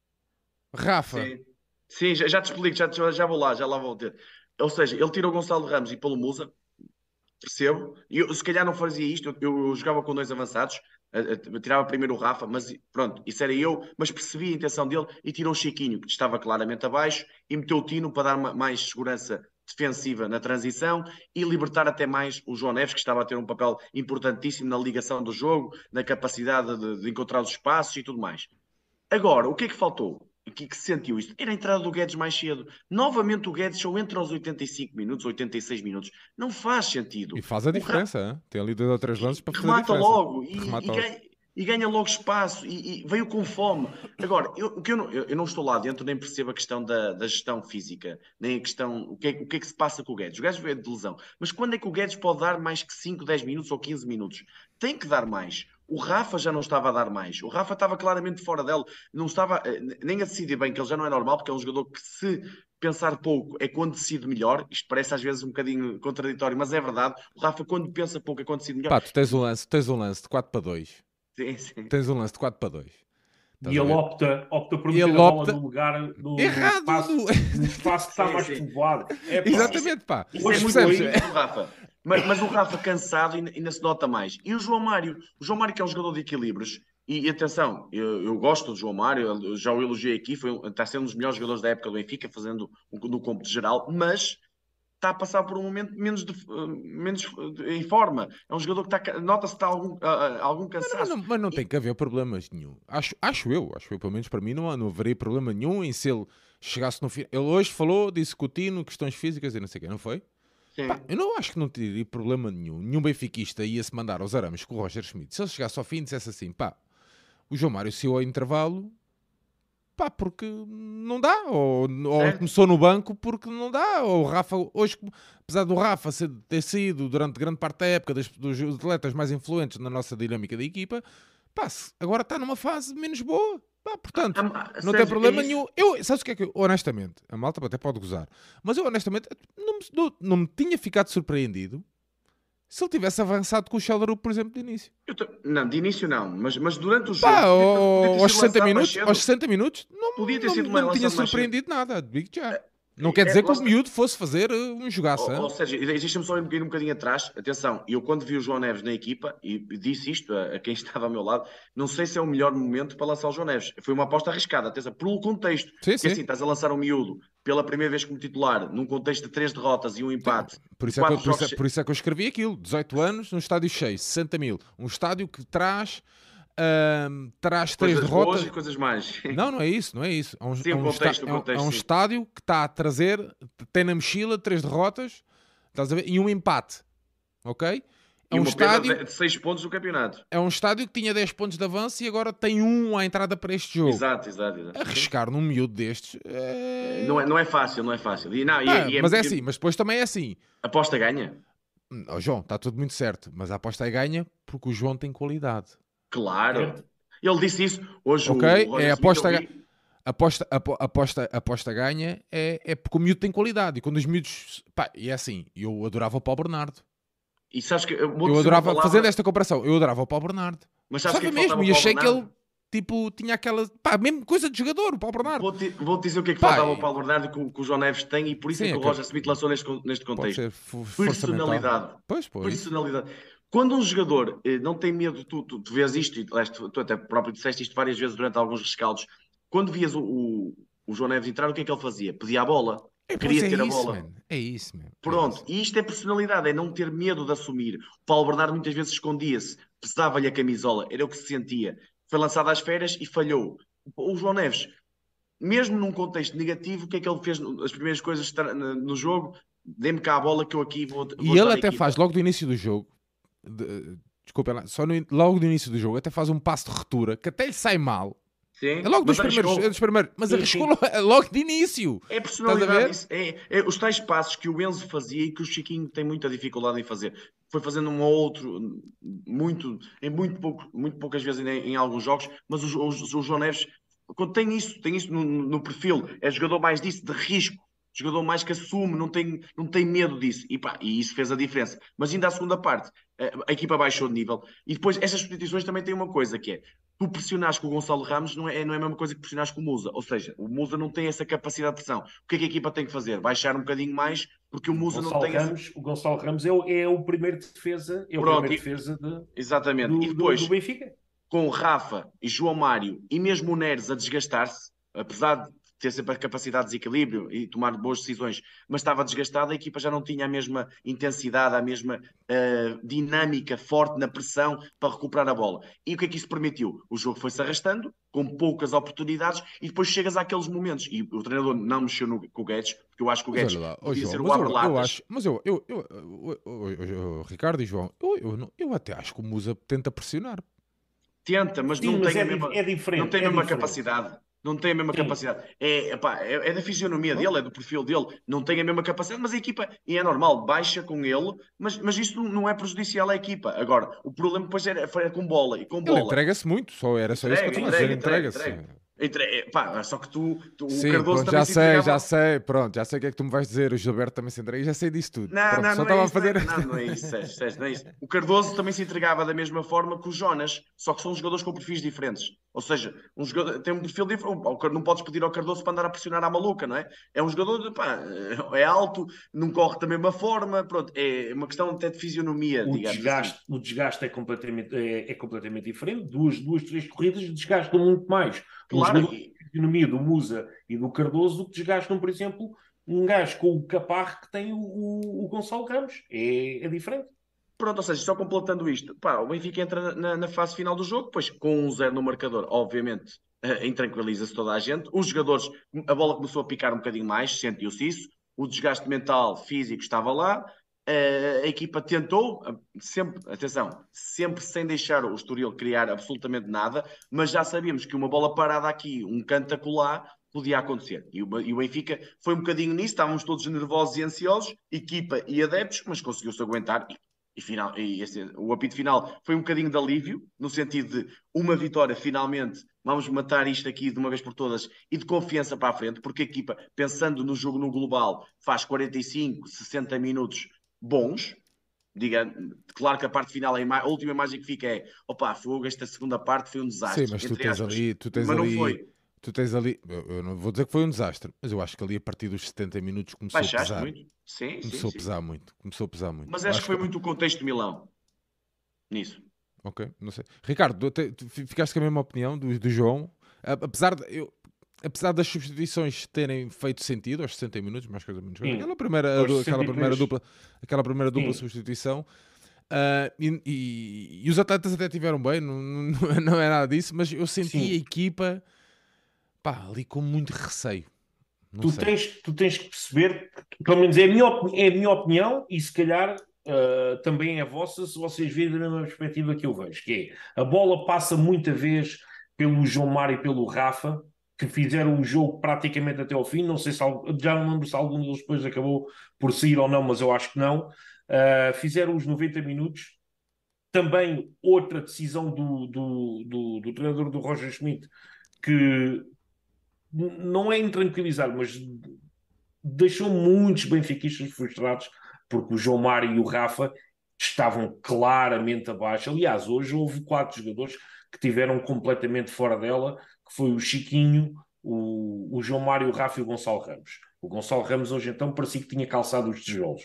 Rafa, Sim, sim, já, já te explico, já, já já vou lá, já lá vou ter. Ou seja, ele tirou o Gonçalo Ramos e pelo Musa, percebo. E eu, se calhar não fazia isto, eu, eu jogava com dois avançados, a- a- tirava primeiro o Rafa, mas pronto, isso era eu, mas percebi a intenção dele e tirou o Chiquinho, que estava claramente abaixo, e meteu o Tino para dar uma- mais segurança defensiva na transição e libertar até mais o João Neves, que estava a ter um papel importantíssimo na ligação do jogo, na capacidade de, de encontrar os espaços e tudo mais. Agora, o que é que faltou? O que, é que se sentiu isto? Era a entrada do Guedes mais cedo. Novamente o Guedes só entra aos oitenta e cinco minutos, oitenta e seis minutos. Não faz sentido. e faz a O Ra- diferença, hein? Tem ali dois ou três lances para fazer a remata diferença. logo e, Remata e logo. ganha, e ganha logo espaço e, e veio com fome. Agora, eu, o que eu, não, eu, eu não estou lá dentro, nem percebo a questão da, da gestão física, nem a questão, o que, é, o que é que se passa com o Guedes. O Guedes veio de lesão, mas quando é que o Guedes pode dar mais que cinco, dez minutos ou quinze minutos? Tem que dar mais. O Rafa já não estava a dar mais. O Rafa estava claramente fora dele, não estava eh, nem a decidir bem, que ele já não é normal, porque é um jogador que se pensar pouco é quando decide melhor. Isto parece às vezes um bocadinho contraditório, mas é verdade. O Rafa, quando pensa pouco, é quando decide melhor. Pá, tu tens um lance, tens um lance de quatro para dois. Sim, sim. Tens um lance de quatro para dois. Estás E a ele ver? opta, opta por E meter ele a bola opta- no lugar, no, Errado, no espaço, no- no espaço que está Sim, mais sim. povoado. É, pá, Exatamente, pá. Isso Mas é muito percebes? bonito do Rafa. Mas, mas o Rafa cansado ainda, ainda se nota mais. E o João Mário? O João Mário que é um jogador de equilíbrios. E, e atenção, eu, eu gosto do João Mário, eu já o elogiei aqui, foi, um- está sendo um dos melhores jogadores da época do Benfica, fazendo um- no campo de geral, mas está a passar por um momento menos, de, menos em forma. É um jogador que está, nota-se que está algum, algum cansaço. Mas não, mas não tem que haver problemas nenhum. Acho, acho eu, acho eu, pelo menos para mim, não, não haveria problema nenhum em se ele chegasse no fim. Ele hoje falou, disse Coutinho, questões físicas e não sei o quê, não foi? Pá, eu não acho que não teria problema nenhum. Nenhum benfiquista ia-se mandar aos arames com o Roger Schmidt. Se ele chegasse ao fim e dissesse assim, pá, o João Mário saiu ao intervalo, pá, porque não dá. Ou, ou começou no banco porque não dá. Ou o Rafa, hoje, apesar do Rafa ser, ter sido durante grande parte da época das, dos atletas mais influentes na nossa dinâmica da equipa, pá, agora está numa fase menos boa. Pá, portanto, ah, não Sérgio, tem problema é nenhum. Eu, sabes o que é que eu, honestamente, a malta até pode gozar, mas eu honestamente não me, não, não me tinha ficado surpreendido se ele tivesse avançado com o Sheldon, por exemplo, de início. Eu tô, não, de início não, mas, mas durante o jogo. Pá, podia, podia aos, sessenta minutos, aos sessenta minutos, não, podia ter não, sido não, não me tinha surpreendido nada. Digo já. Não quer dizer é, que o miúdo fosse fazer um jogaço. Ou, ou seja, deixa-me só ir um bocadinho, um bocadinho atrás. Atenção, eu quando vi o João Neves na equipa, e disse isto a, a quem estava ao meu lado, não sei se é o melhor momento para lançar o João Neves. Foi uma aposta arriscada, atenção, pelo contexto. Sim, porque sim. assim, estás a lançar um miúdo pela primeira vez como titular, num contexto de três derrotas e um empate. Por isso, é que, eu, por, isso é, por isso é que eu escrevi aquilo. dezoito anos, num estádio cheio, sessenta mil. Um estádio que traz... Um, traz três coisas derrotas boas e coisas mais. Não, não é isso, não é isso. É um, sim, é um, contexto, é um, contexto, é um sim. estádio que está a trazer, tem na mochila três derrotas, estás a ver? E um empate, ok? É e um uma estádio de seis pontos no campeonato. É um estádio que tinha dez pontos de avanço e agora tem um à entrada para este jogo. Exato, exato, exato. Arriscar num miúdo destes é... Não, é, não é fácil, não é fácil. E, não, ah, e, e é, mas é assim, mas depois também é assim. Aposta ganha. Oh, João, está tudo muito certo, mas a aposta é ganha porque o João tem qualidade. Claro. É. Ele disse isso hoje. Ok, o é aposta, aposta, aposta, aposta ganha é, é porque o miúdo tem qualidade. E quando os miúdos. Pá, e é assim, eu adorava o Paulo Bernardo. E sabes que eu, eu adorava, palavra... fazendo esta comparação, eu adorava o Paulo Bernardo. Mas sabes que mesmo, e achei que ele tipo, tinha aquela. Pá, mesmo coisa de jogador, o Paulo Bernardo. Vou-te vou dizer o que é que pá, faltava ao Paulo Bernardo que, que o João Neves tem e por isso sim, é que o Roger Smith lançou neste, neste contexto. Personalidade. Pois, pois. Personalidade. Quando um jogador eh, não tem medo, tu, tu, tu vês isto, e tu, tu até próprio disseste isto várias vezes durante alguns rescaldos, quando vias o, o, o João Neves entrar, o que é que ele fazia? Pedia a bola, é, queria é ter isso, a bola. Man. É isso, man. Pronto, é isso. E isto é personalidade, é não ter medo de assumir. O Paulo Bernardo muitas vezes escondia-se, pesava-lhe a camisola, era o que se sentia. Foi lançado às férias e falhou. O João Neves, mesmo num contexto negativo, o que é que ele fez? As primeiras coisas no jogo, dê-me cá a bola que eu aqui vou. vou e ele até faz, logo do início do jogo, de, desculpa lá, só no, logo do início do jogo, até faz um passo de ruptura que até lhe sai mal. Sim, é logo dos primeiros, é dos primeiros, mas sim, arriscou sim. logo de início. É personalidade. É, é, os tais passos que o Enzo fazia e que o Chiquinho tem muita dificuldade em fazer. Foi fazendo um ou outro, muito, em muito, pouco, muito poucas vezes em, em alguns jogos, mas o, o, o João Neves tem isso, tem isso no, no perfil. É jogador mais disso, de risco. Jogador mais que assume, não tem, não tem medo disso. E, pá, e isso fez a diferença. Mas ainda a segunda parte, a, a equipa baixou de nível. E depois, estas competições também têm uma coisa que é, tu pressionares com o Gonçalo Ramos não é, não é a mesma coisa que pressionares com o Musa. Ou seja, o Musa não tem essa capacidade de pressão. O que é que a equipa tem que fazer? Baixar um bocadinho mais, porque o Musa Gonçalo não tem... Ramos, essa... O Gonçalo Ramos é o, é o primeiro de defesa, é o Pronto, primeiro de defesa de, exatamente. Do, e depois, do, do Benfica. Com o Rafa e João Mário e mesmo o Neres a desgastar-se, apesar de ter sempre a capacidade de desequilíbrio e tomar boas decisões, mas estava desgastada, a equipa já não tinha a mesma intensidade, a mesma uh, dinâmica forte na pressão para recuperar a bola. E o que é que isso permitiu? O jogo foi-se arrastando, com poucas oportunidades, e depois chegas àqueles momentos, e o treinador não mexeu no, com o Guedes, porque eu acho que o Guedes lá, podia João, ser o mas abre-latas. Eu, eu acho, mas eu, eu, eu, eu, eu, eu Ricardo e João, eu, eu, eu até acho que o Musa tenta pressionar. Tenta, mas Sim, não mas tem é, a mesma, é diferente, não tem a é mesma diferente. capacidade. Não tem a mesma Sim. capacidade. É, epá, é, é da fisionomia dele, é do perfil dele. Não tem a mesma capacidade, mas a equipa, e é normal, baixa com ele, mas, mas isso não é prejudicial à equipa. Agora, o problema depois era, era com bola. E com ele bola. entrega-se muito, só era só entrega, isso que eu estou a dizer, entrega-se. Entrega. Entre, pá, só que tu, tu Sim, o Cardoso pronto, também já se sei, entregava... já sei, pronto, já sei o que é que tu me vais dizer, o Gilberto também se entrega, já sei disso tudo. Não, pronto, não, só não, é a isso, fazer... não, não, não é isso, Sérgio, Sérgio, não é isso. O Cardoso também se entregava da mesma forma que o Jonas, só que são jogadores com perfis diferentes. Ou seja, um jogador tem um perfil diferente, não podes pedir ao Cardoso para andar a pressionar à maluca, não é? É um jogador, pá, é alto, não corre da mesma forma, pronto, é uma questão até de fisionomia, o digamos desgaste, assim. O desgaste é completamente, é, é completamente diferente, duas, duas, três corridas desgastam muito mais. Claro, um fisionomia do Musa e do Cardoso que desgastam, por exemplo, um gajo com o caparro que tem o, o, o Gonçalo Ramos. É, é diferente. Pronto, ou seja, só completando isto, pá, o Benfica entra na, na fase final do jogo, depois com um zero no marcador, obviamente, eh, intranquiliza-se toda a gente. Os jogadores, a bola começou a picar um bocadinho mais, sentiu-se isso. O desgaste mental, físico estava lá. Eh, a equipa tentou, eh, sempre, atenção, sempre sem deixar o Estoril criar absolutamente nada, mas já sabíamos que uma bola parada aqui, um canto acolá, podia acontecer. E o, e o Benfica foi um bocadinho nisso, estávamos todos nervosos e ansiosos, equipa e adeptos, mas conseguiu-se aguentar. E, e, final, e esse, o apito final foi um bocadinho de alívio, no sentido de uma vitória, finalmente, vamos matar isto aqui de uma vez por todas, e de confiança para a frente, porque a equipa, pensando no jogo no global, faz quarenta e cinco, sessenta minutos bons. Diga, claro que a parte final, a, ima- a última imagem que fica é opa, fogo, esta segunda parte foi um desastre, Sim, mas tu entre tens aspas, ali, tu tens mas não ali, foi. tu tens ali, eu, eu não vou dizer que foi um desastre, mas eu acho que ali a partir dos setenta minutos começou a Baixaste pesar. muito? Sim, sim, Começou a sim. pesar muito, começou a pesar muito. Mas Eu acho acho que foi que, muito o contexto de Milão nisso. ok, não sei. Ricardo, tu, te- tu fi- ficaste com a mesma opinião do, do João, A- apesar de, eu, apesar das substituições terem feito sentido aos sessenta minutos, mais coisa menos coisa, Sim. aquela primeira, Aos du- aquela sessenta e primeira três. dupla, aquela primeira dupla Sim. substituição. Ah, e, e- e os atletas até tiveram bem, não, não, não é nada disso, mas eu senti Sim. a equipa pá, ali com muito receio. Não Tu sei. tens, tu tens que perceber, que, pelo menos é a minha, opini- é a minha opinião, e se calhar ah, também é a vossa, se vocês virem da mesma perspectiva que eu vejo, que é, a bola passa muita vez pelo João Mário e pelo Rafa, que fizeram o jogo praticamente até ao fim. Não sei se al- já não lembro se algum deles depois acabou por sair ou não, mas eu acho que não. Ah, fizeram os noventa minutos. Também outra decisão do, do, do, do treinador do Roger Schmidt, que n- não é intranquilizar, mas deixou muitos benfiquistas frustrados, porque o João Mário e o Rafa estavam claramente abaixo. Aliás, hoje houve quatro jogadores que tiveram completamente fora dela, que foi o Chiquinho, o, o João Mário, o Rafa e o Gonçalo Ramos. O Gonçalo Ramos hoje então parecia que tinha calçado os tijolos.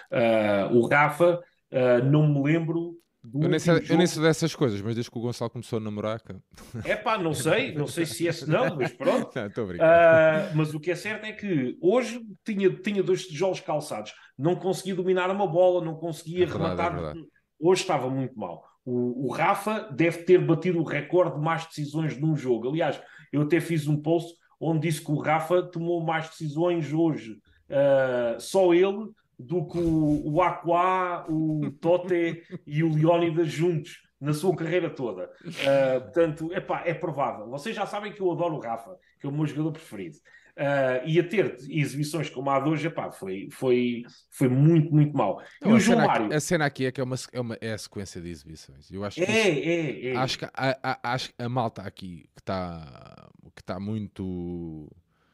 Ah, o Rafa, ah, não me lembro do Eu nem, último sei, eu nem sei jogo. dessas coisas, mas desde que o Gonçalo começou a namorar. Cara. É pá, não sei, não sei se esse não, mas pronto. Não, estou a brincar. Ah, mas o que é certo é que hoje tinha, tinha dois tijolos calçados, não conseguia dominar uma bola, não conseguia É verdade, é rematar. verdade. Hoje estava muito mal. O, o Rafa deve ter batido o recorde de mais decisões num jogo. Aliás, eu até fiz um post onde disse que o Rafa tomou mais decisões hoje, ah, só ele, do que o, o Aquá, o Tote e o Leónidas juntos na sua carreira toda. Uh, portanto, epá, é provável. Vocês já sabem que eu adoro o Rafa, que é o meu jogador preferido. Uh, e a ter exibições como a de hoje, epá, foi, foi, foi muito, muito mau. Não, e o a, João cena aqui, Mário? a cena aqui é que é, uma, é, uma, é a sequência de exibições. Eu acho que, É, isso, é, é. acho que, a, a, acho que a malta aqui que está que tá muito.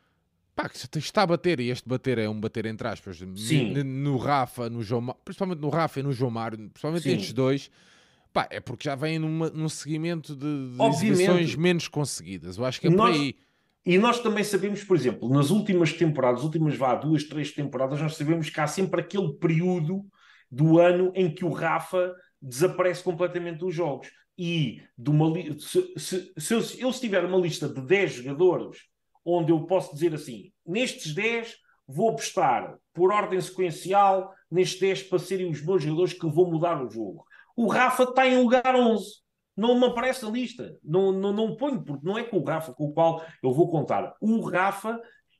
Pá, que está a bater, e este bater é um bater entre aspas, Sim. no Rafa, no João Mário, principalmente no Rafa e no João Mário, principalmente Sim. estes dois. Pá, é porque já vêm numa, num seguimento de, de Obviamente. exibições menos conseguidas. Eu acho que é por Nós, aí. e nós também sabemos, por exemplo, nas últimas temporadas, últimas vá, duas, três temporadas, nós sabemos que há sempre aquele período do ano em que o Rafa desaparece completamente dos jogos. E de uma li... se, se, se, eu, se eu tiver uma lista de dez jogadores onde eu posso dizer assim, nestes dez vou apostar por ordem sequencial nestes dez para serem os meus jogadores que vão mudar o jogo. O Rafa está em lugar onze. Não me aparece na lista. Não, não, não ponho, porque não é com o Rafa com o qual eu vou contar. O Rafa,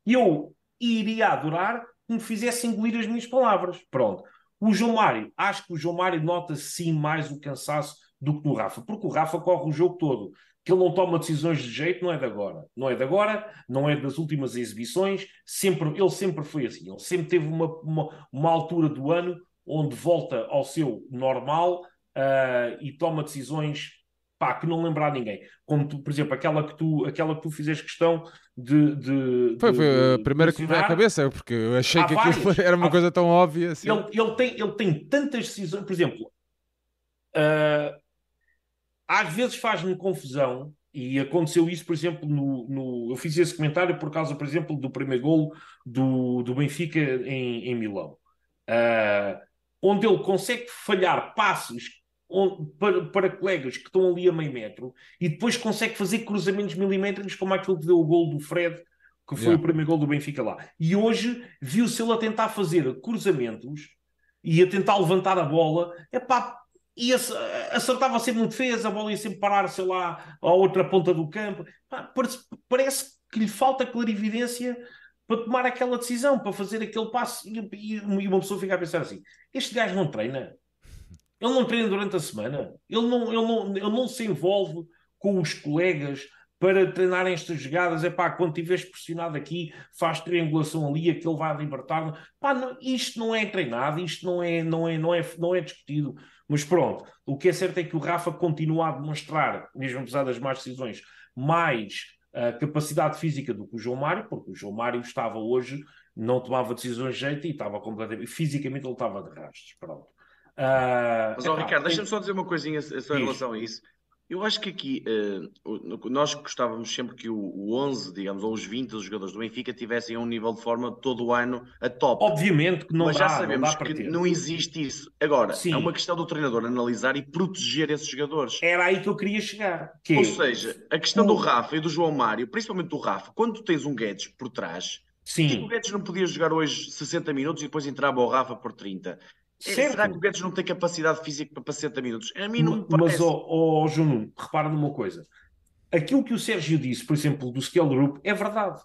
eu iria adorar que me fizesse engolir as minhas palavras. Pronto. O João Mário, acho que o João Mário nota sim mais o cansaço do que no Rafa, porque o Rafa corre o jogo todo. Que ele não toma decisões de jeito, não é de agora. Não é de agora, não é das últimas exibições. Sempre, ele sempre foi assim. Ele sempre teve uma, uma, uma altura do ano onde volta ao seu normal uh, e toma decisões pá, que não lembrar ninguém. Como, tu, por exemplo, aquela que tu, aquela que tu fizeste questão de... de, Foi, de foi a de primeira que me veio à cabeça, porque eu achei há que aquilo várias. era uma Há... coisa tão óbvia. Assim. Ele, ele, tem, ele tem tantas decisões... Por exemplo, uh, às vezes faz-me confusão, e aconteceu isso, por exemplo, no, no, eu fiz esse comentário por causa, por exemplo, do primeiro golo do, do Benfica em, em Milão. Uh, onde ele consegue falhar passos onde, para, para colegas que estão ali a meio metro e depois consegue fazer cruzamentos milimétricos como aquele que deu o golo do Fred, que foi Yeah. o primeiro gol do Benfica lá. E hoje viu-se ele a tentar fazer cruzamentos e a tentar levantar a bola. Epá, e acertava sempre no defesa, a bola ia sempre parar, sei lá, à outra ponta do campo. Epá, parece, parece que lhe falta clarividência para tomar aquela decisão, para fazer aquele passo. E, e uma pessoa fica a pensar assim, este gajo não treina. Ele não treina durante a semana. Ele não, ele não, ele não se envolve com os colegas para treinarem estas jogadas. É pá, quando estiveres pressionado aqui, faz triangulação ali, aquele vai libertar. Pá, não, isto não é treinado, isto não é, não, é, não, é, não é discutido. Mas pronto, o que é certo é que o Rafa continua a demonstrar, mesmo apesar das más decisões, mais uh, capacidade física do que o João Mário, porque o João Mário estava hoje, não tomava decisões de jeito e estava completamente... Fisicamente ele estava de rastros, pronto. Uh, Mas, ó, epá, Ricardo, tem... deixa-me só dizer uma coisinha só em relação a isso. Eu acho que aqui uh, nós gostávamos sempre que o, o onze, digamos, ou os vinte dos jogadores do Benfica tivessem um nível de forma todo o ano a top. Obviamente que não Mas dá, já sabemos não dá para que ter. não existe isso. Agora, Sim. é uma questão do treinador analisar e proteger esses jogadores. Era aí que eu queria chegar. Que Ou é... seja, a questão o... do Rafa e do João Mário, principalmente do Rafa, quando tu tens um Guedes por trás, Sim. que o Guedes não podia jogar hoje sessenta minutos e depois entrava o Rafa por trinta? Certo. Será que o Guedes não tem capacidade física para sessenta minutos? A mim não me parece. Mas, ó, ó, João Nuno, repara numa coisa. Aquilo que o Sérgio disse, por exemplo, do Scale Group, é verdade.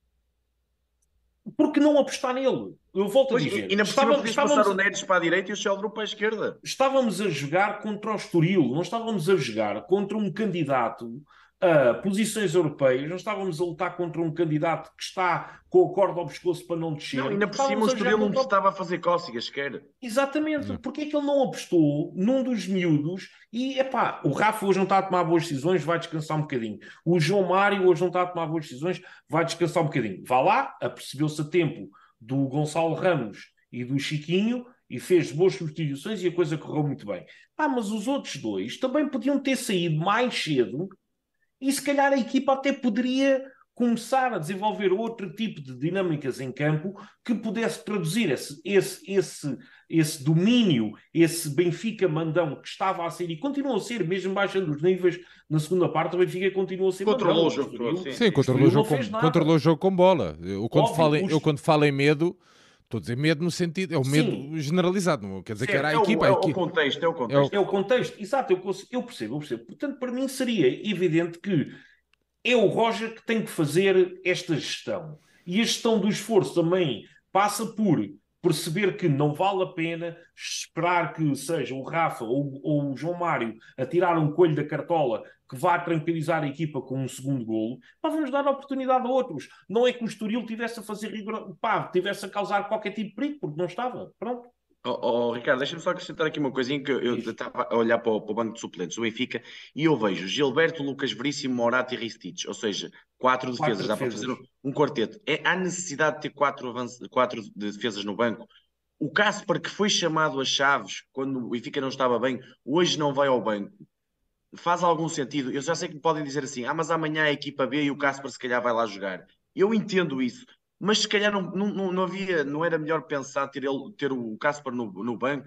Porque não apostar nele? Eu volto Pois, a dizer. E na por cima podias estávamos, passar o Neres para a direita e o Sheldon para a esquerda. Estávamos a jogar contra o Estoril, não estávamos a jogar contra um candidato a posições europeias, não estávamos a lutar contra um candidato que está com a corda ao pescoço para não descer. Não, ainda por cima o Estoril não estava a fazer cócegas, quer. Exatamente. Não. Porque é que ele não apostou num dos miúdos e, epá, o Rafa hoje não está a tomar boas decisões, vai descansar um bocadinho. O João Mário hoje não está a tomar boas decisões, vai descansar um bocadinho. Vá lá, apercebeu-se a tempo do Gonçalo Ramos e do Chiquinho e fez boas substituições e a coisa correu muito bem. Ah, mas os outros dois também podiam ter saído mais cedo e se calhar a equipa até poderia começar a desenvolver outro tipo de dinâmicas em campo que pudesse traduzir esse, esse, esse, esse domínio, esse Benfica mandão que estava a ser e continua a ser, mesmo baixando os níveis na segunda parte, o Benfica continua a ser controlou mandão. O jogo todo, sim, sim, controlou o jogo com, controlou o jogo com bola. Eu quando, Óbvio, falo em, os... eu quando falo em medo... Estou a dizer medo no sentido, é o medo Sim. generalizado, não quer dizer certo. que era a é equipa. O, é a equipa. o contexto, é o contexto. É o, é o contexto, exato, eu, eu percebo, eu percebo. Portanto, para mim seria evidente que é o Roger que tem que fazer esta gestão. E a gestão do esforço também passa por perceber que não vale a pena esperar que seja o Rafa ou, ou o João Mário a tirar um coelho da cartola que vá tranquilizar a equipa com um segundo golo. Pá, vamos dar a oportunidade a outros. Não é que o Estoril tivesse a fazer rigor... Pá, tivesse a causar qualquer tipo de perigo, porque não estava. Pronto. Oh, oh, Ricardo, deixa-me só acrescentar aqui uma coisinha que eu estava a olhar para o, para o banco de suplentes do Benfica e eu vejo Gilberto, Lucas Veríssimo, Morato e Ristich, ou seja, quatro defesas, quatro dá defesas. Para fazer um, um quarteto. É, há necessidade de ter quatro, avanço, quatro defesas no banco. O Casper, que foi chamado a Chaves quando o Benfica não estava bem, hoje não vai ao banco. Faz algum sentido? Eu já sei que me podem dizer assim, ah, mas amanhã a equipa B e o Casper se calhar vai lá jogar. Eu entendo isso. Mas se calhar não, não, não havia, não era melhor pensar ter, ele, ter o Casper no, no banco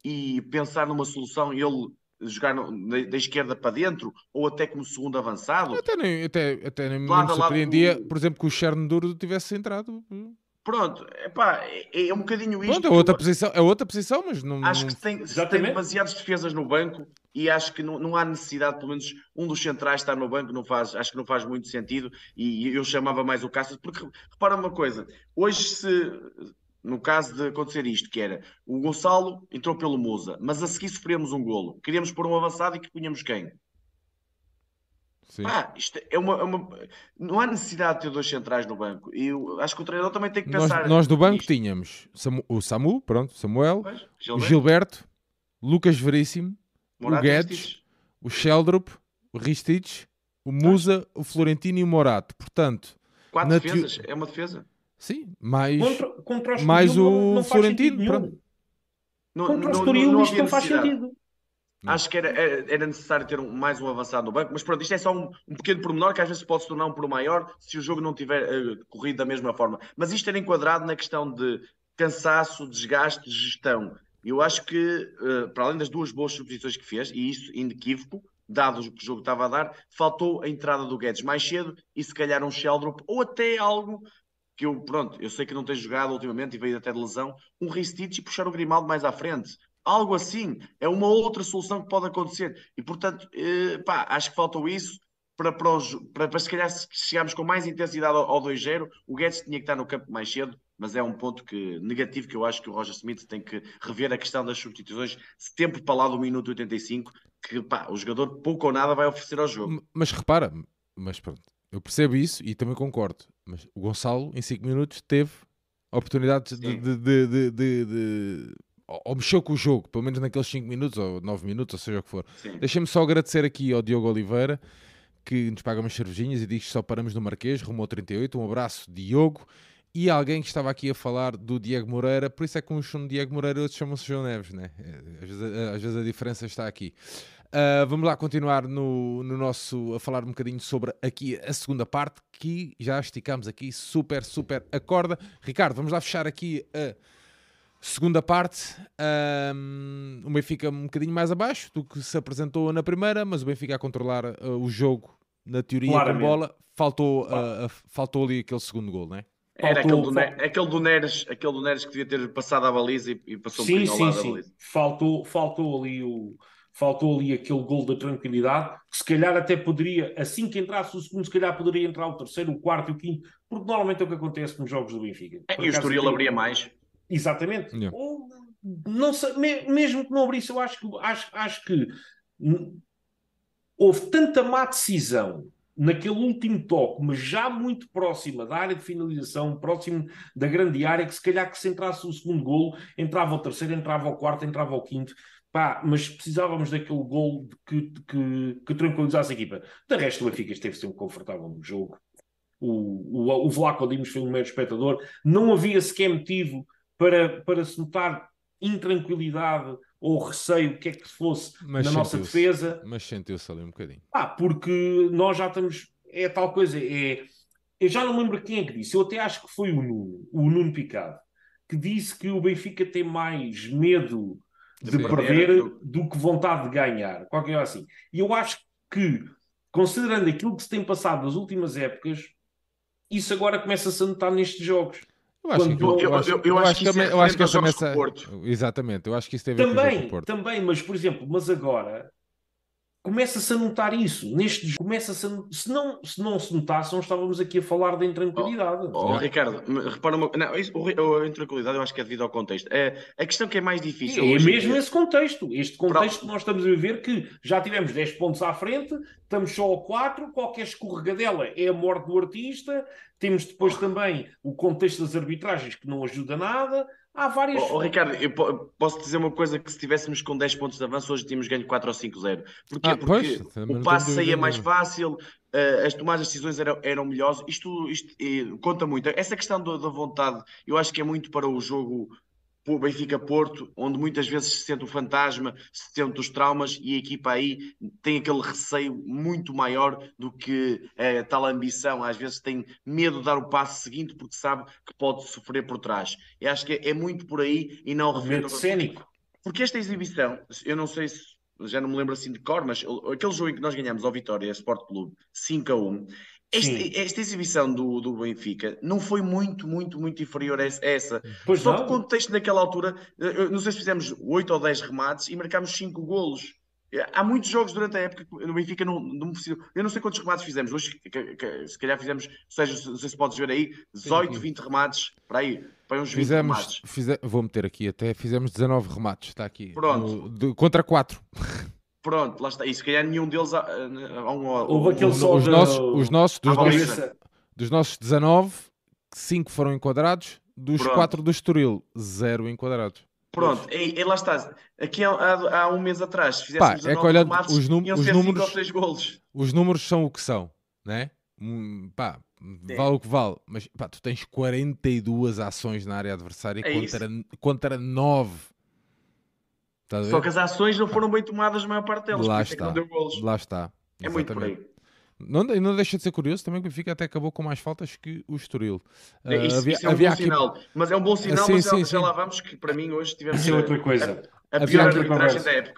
e pensar numa solução e ele jogar no, da, da esquerda para dentro ou até como segundo avançado? Até nem, até, até nem me surpreendia, do... por exemplo, que o Chernanduro tivesse entrado. Pronto, epá, é, é um bocadinho isto. Pronto, é outra, eu... posição, é outra posição, mas não... Acho que tem, tem demasiadas defesas no banco e acho que não, não há necessidade, pelo menos um dos centrais estar no banco, não faz, acho que não faz muito sentido e eu chamava mais o Cássio, porque repara uma coisa, hoje se, no caso de acontecer isto, que era, o Gonçalo entrou pelo Musa, mas a seguir sofremos um golo, queríamos pôr um avançado e que punhamos quem? Sim. Ah, isto é uma, é uma... Não há necessidade de ter dois centrais no banco. E eu acho que o treinador também tem que pensar. Nós, nós do banco nisto. Tínhamos Samu, o Samu, pronto, Samuel, pois, Gilberto. o Gilberto, Lucas Veríssimo, Morato, o Guedes, Ristich. o Sheldrup, o Ristich, o Musa, o Florentino e o Morato. Portanto, quatro defesas, te... é uma defesa. Sim, mais, contra, contra o mais o não, não Florentino. Pronto. Não, contra o Estoril isto não faz sentido. Não. Acho que era, era, era necessário ter um, mais um avançado no banco, mas pronto, isto é só um, um pequeno pormenor que às vezes pode se tornar um por maior se o jogo não tiver uh, corrido da mesma forma. Mas isto era enquadrado na questão de cansaço, desgaste, gestão. Eu acho que, uh, para além das duas boas substituições que fez, e isso inequívoco, dado o que o jogo estava a dar, faltou a entrada do Guedes mais cedo e se calhar um Sheldrop ou até algo que eu, pronto, eu sei que não tem jogado ultimamente e veio até de lesão, um Ristich e puxar o Grimaldo mais à frente. Algo assim, é uma outra solução que pode acontecer. E, portanto, eh, pá, acho que faltou isso para, para, os, para, para se calhar se chegarmos com mais intensidade ao, ao dois zero. O Guedes tinha que estar no campo mais cedo, mas é um ponto que, negativo que eu acho que o Roger Smith tem que rever a questão das substituições, sempre para lá do minuto oitenta e cinco, que pá, o jogador pouco ou nada vai oferecer ao jogo. Mas repara, mas pronto, eu percebo isso e também concordo, mas o Gonçalo em cinco minutos teve oportunidades de, de, de, de, de, de ou mexeu com o jogo, pelo menos naqueles cinco minutos ou nove minutos, ou seja o que for. Deixem-me só agradecer aqui ao Diogo Oliveira, que nos paga umas cervejinhas e diz que só paramos no Marquês, rumo ao trinta e oito. Um abraço, Diogo. E alguém que estava aqui a falar do Diego Moreira, por isso é que uns chamam Diego Moreira e outros chamam-se João Neves, né? Às vezes, às vezes a diferença está aqui. Uh, vamos lá continuar no, no nosso, a falar um bocadinho sobre aqui a segunda parte, que já esticamos aqui super, super a corda. Ricardo, vamos lá fechar aqui a segunda parte. Um, o Benfica um bocadinho mais abaixo do que se apresentou na primeira, mas o Benfica a controlar uh, o jogo na teoria Claramente. Com bola. Faltou, uh, uh, faltou ali aquele segundo gol, não é? Era faltou, aquele, do Neres, aquele, do Neres, aquele do Neres que devia ter passado à baliza e, e passou sim, um bocadinho ao lado sim, da baliza. Faltou, faltou ali o... Faltou ali aquele gol da tranquilidade, que se calhar até poderia, assim que entrasse o segundo, se calhar poderia entrar o terceiro, o quarto e o quinto, porque normalmente é o que acontece nos jogos do Benfica. É, e o Estoril abria mais. Exatamente. Yeah. Ou, não sei, mesmo que não abrisse, eu acho que, acho, acho que houve tanta má decisão naquele último toque, mas já muito próxima da área de finalização, próximo da grande área, que se calhar que se entrasse o segundo golo, entrava o terceiro, entrava o quarto, entrava o quinto. Pá, mas precisávamos daquele gol que, que, que tranquilizasse a equipa. De resto, o Benfica esteve sempre confortável no jogo. O, o, o Vlaco Dimos foi um mero espectador. Não havia sequer motivo para, para se notar intranquilidade ou receio, o que é que fosse, mas na nossa defesa. Mas sentiu-se ali um bocadinho. Ah, porque nós já estamos... É tal coisa, é... Eu já não lembro quem é que disse. Eu até acho que foi o Nuno, o Nuno Picado, que disse que o Benfica tem mais medo de Sim, perder é, do que vontade de ganhar, qualquer coisa assim. E eu acho que, considerando aquilo que se tem passado nas últimas épocas, isso agora começa-se a notar nestes jogos. Eu acho que, eu, eu, acho, eu, eu acho que, que, eu acho que essa começa... Exatamente, eu acho que isso teve também, a ver com o Porto. Também, mas por exemplo, mas agora começa-se a notar isso. Neste começa-se a... se, não, se não se notasse, não estávamos aqui a falar de intranquilidade. Oh, oh, Ricardo, repara uma... não, isso, a intranquilidade eu acho que é devido ao contexto. É, a questão que é mais difícil... É, é mesmo esse contexto. Este contexto Pro... que nós estamos a viver, que já tivemos dez pontos à frente, estamos só a quatro, qualquer escorregadela é a morte do artista, temos depois oh. também o contexto das arbitragens que não ajuda nada... Há várias... Oh, oh, Ricardo, eu posso dizer uma coisa, que se tivéssemos com dez pontos de avanço, hoje tínhamos ganho quatro ou cinco zero. Porquê? Ah, Porque pois, o passe saía mais fácil, uh, as tomadas de decisões eram, eram melhores. Isto, isto uh, conta muito. Essa questão da, da vontade, eu acho que é muito para o jogo Benfica-Porto, onde muitas vezes se sente o fantasma, se sente os traumas e a equipa aí tem aquele receio muito maior do que é, tal ambição. Às vezes tem medo de dar o passo seguinte porque sabe que pode sofrer por trás. Eu acho que é, é muito por aí e não refiro... cênico. Porque esta exibição, eu não sei se já não me lembro assim de cor, mas aquele jogo em que nós ganhamos ao Vitória Sport Clube cinco a um, Este, esta exibição do, do Benfica não foi muito, muito, muito inferior a essa. Pois Só não. Que o contexto naquela altura, eu não sei se fizemos oito ou dez remates e marcámos cinco golos. Há muitos jogos durante a época que no Benfica não, não precisa. Eu não sei quantos remates fizemos. Hoje, que, que, se calhar fizemos, seja, não sei se podes ver aí, dezoito, vinte remates. Para aí, para uns fizemos, vinte remates. Fize, vou meter aqui até, fizemos dezanove remates. Está aqui. Pronto. No, de, contra quatro. Pronto, lá está. E se calhar nenhum deles há, há um... Houve aquele só os, nossos, os nossos, dos nossos, dos nossos dezanove, cinco foram enquadrados, dos Pronto. quatro do Estoril, zero enquadrados. Pronto, e, e lá está. Aqui há, há, há um mês atrás, se fizéssemos pá, é que olhando remates, os, num, os números, três golos. Os números são o que são, né? Hum, pá, vale o que vale, mas pá, tu tens quarenta e duas ações na área adversária é contra, contra nove. Só que as ações não foram bem tomadas a maior parte delas. Lá está, é não deu golos. lá está. É muito por aí. Não, não deixa de ser curioso também que o Benfica até acabou com mais faltas que o Estoril. Uh, isso, havia, isso é um havia bom aqui... sinal. Mas é um bom sinal, sim, mas sim, já, sim. já lá vamos que para mim hoje tivemos é outra coisa. A, a pior arbitragem da época.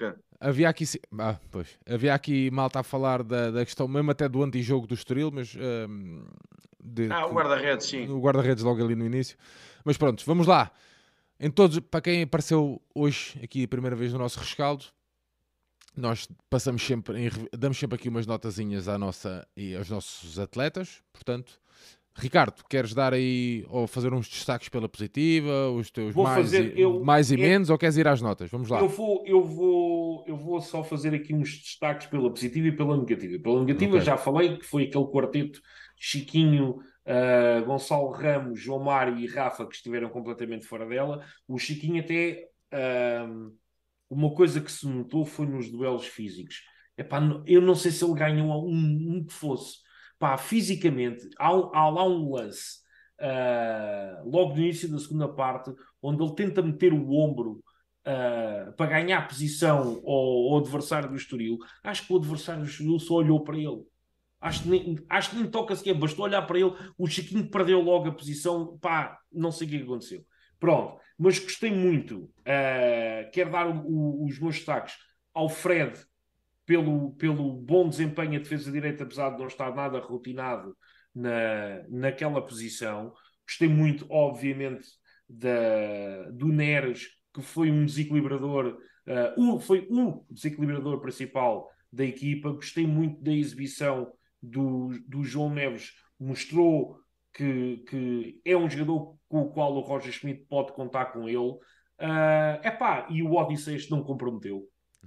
havia aqui, ah, pois, havia aqui malta a falar da, da questão mesmo até do antijogo do Estoril, mas um, de, ah, o guarda-redes, sim. O guarda-redes logo ali no início. Mas pronto, vamos lá. Em todos, para quem apareceu hoje aqui a primeira vez no nosso rescaldo, nós passamos sempre, em, damos sempre aqui umas notazinhas à nossa, e aos nossos atletas. Portanto, Ricardo, queres dar aí ou fazer uns destaques pela positiva, os teus Vou mais, fazer, e, eu- mais e é- menos, ou queres ir às notas? Vamos lá. Eu vou, eu, vou, eu vou só fazer aqui uns destaques pela positiva e pela negativa. Pela negativa, Ok. já falei que foi aquele quarteto Chiquinho, uh, Gonçalo Ramos, João Mário e Rafa que estiveram completamente fora dela. O Chiquinho, até uh, uma coisa que se notou foi nos duelos físicos. Epá, eu não sei se ele ganhou um, um que fosse. Pá, fisicamente, há, há lá um lance, uh, logo no início da segunda parte, onde ele tenta meter o ombro. Uh, para ganhar posição ao, ao adversário do Estoril. Acho que o adversário do Estoril só olhou para ele. Acho que nem, acho que nem toca sequer, bastou olhar para ele. O Chiquinho perdeu logo a posição. Pá, não sei o que aconteceu. Pronto, mas gostei muito. Uh, quero dar o, o, os meus destaques ao Fred pelo, pelo bom desempenho a defesa direita, apesar de não estar nada rotinado na, naquela posição. Gostei muito, obviamente, da, do Neres, que foi um desequilibrador, uh, o, foi o desequilibrador principal da equipa. Gostei muito da exibição do, do João Neves, mostrou que, que é um jogador com o qual o Roger Schmidt pode contar com ele. Uh, epá, e o Odisseias não comprometeu.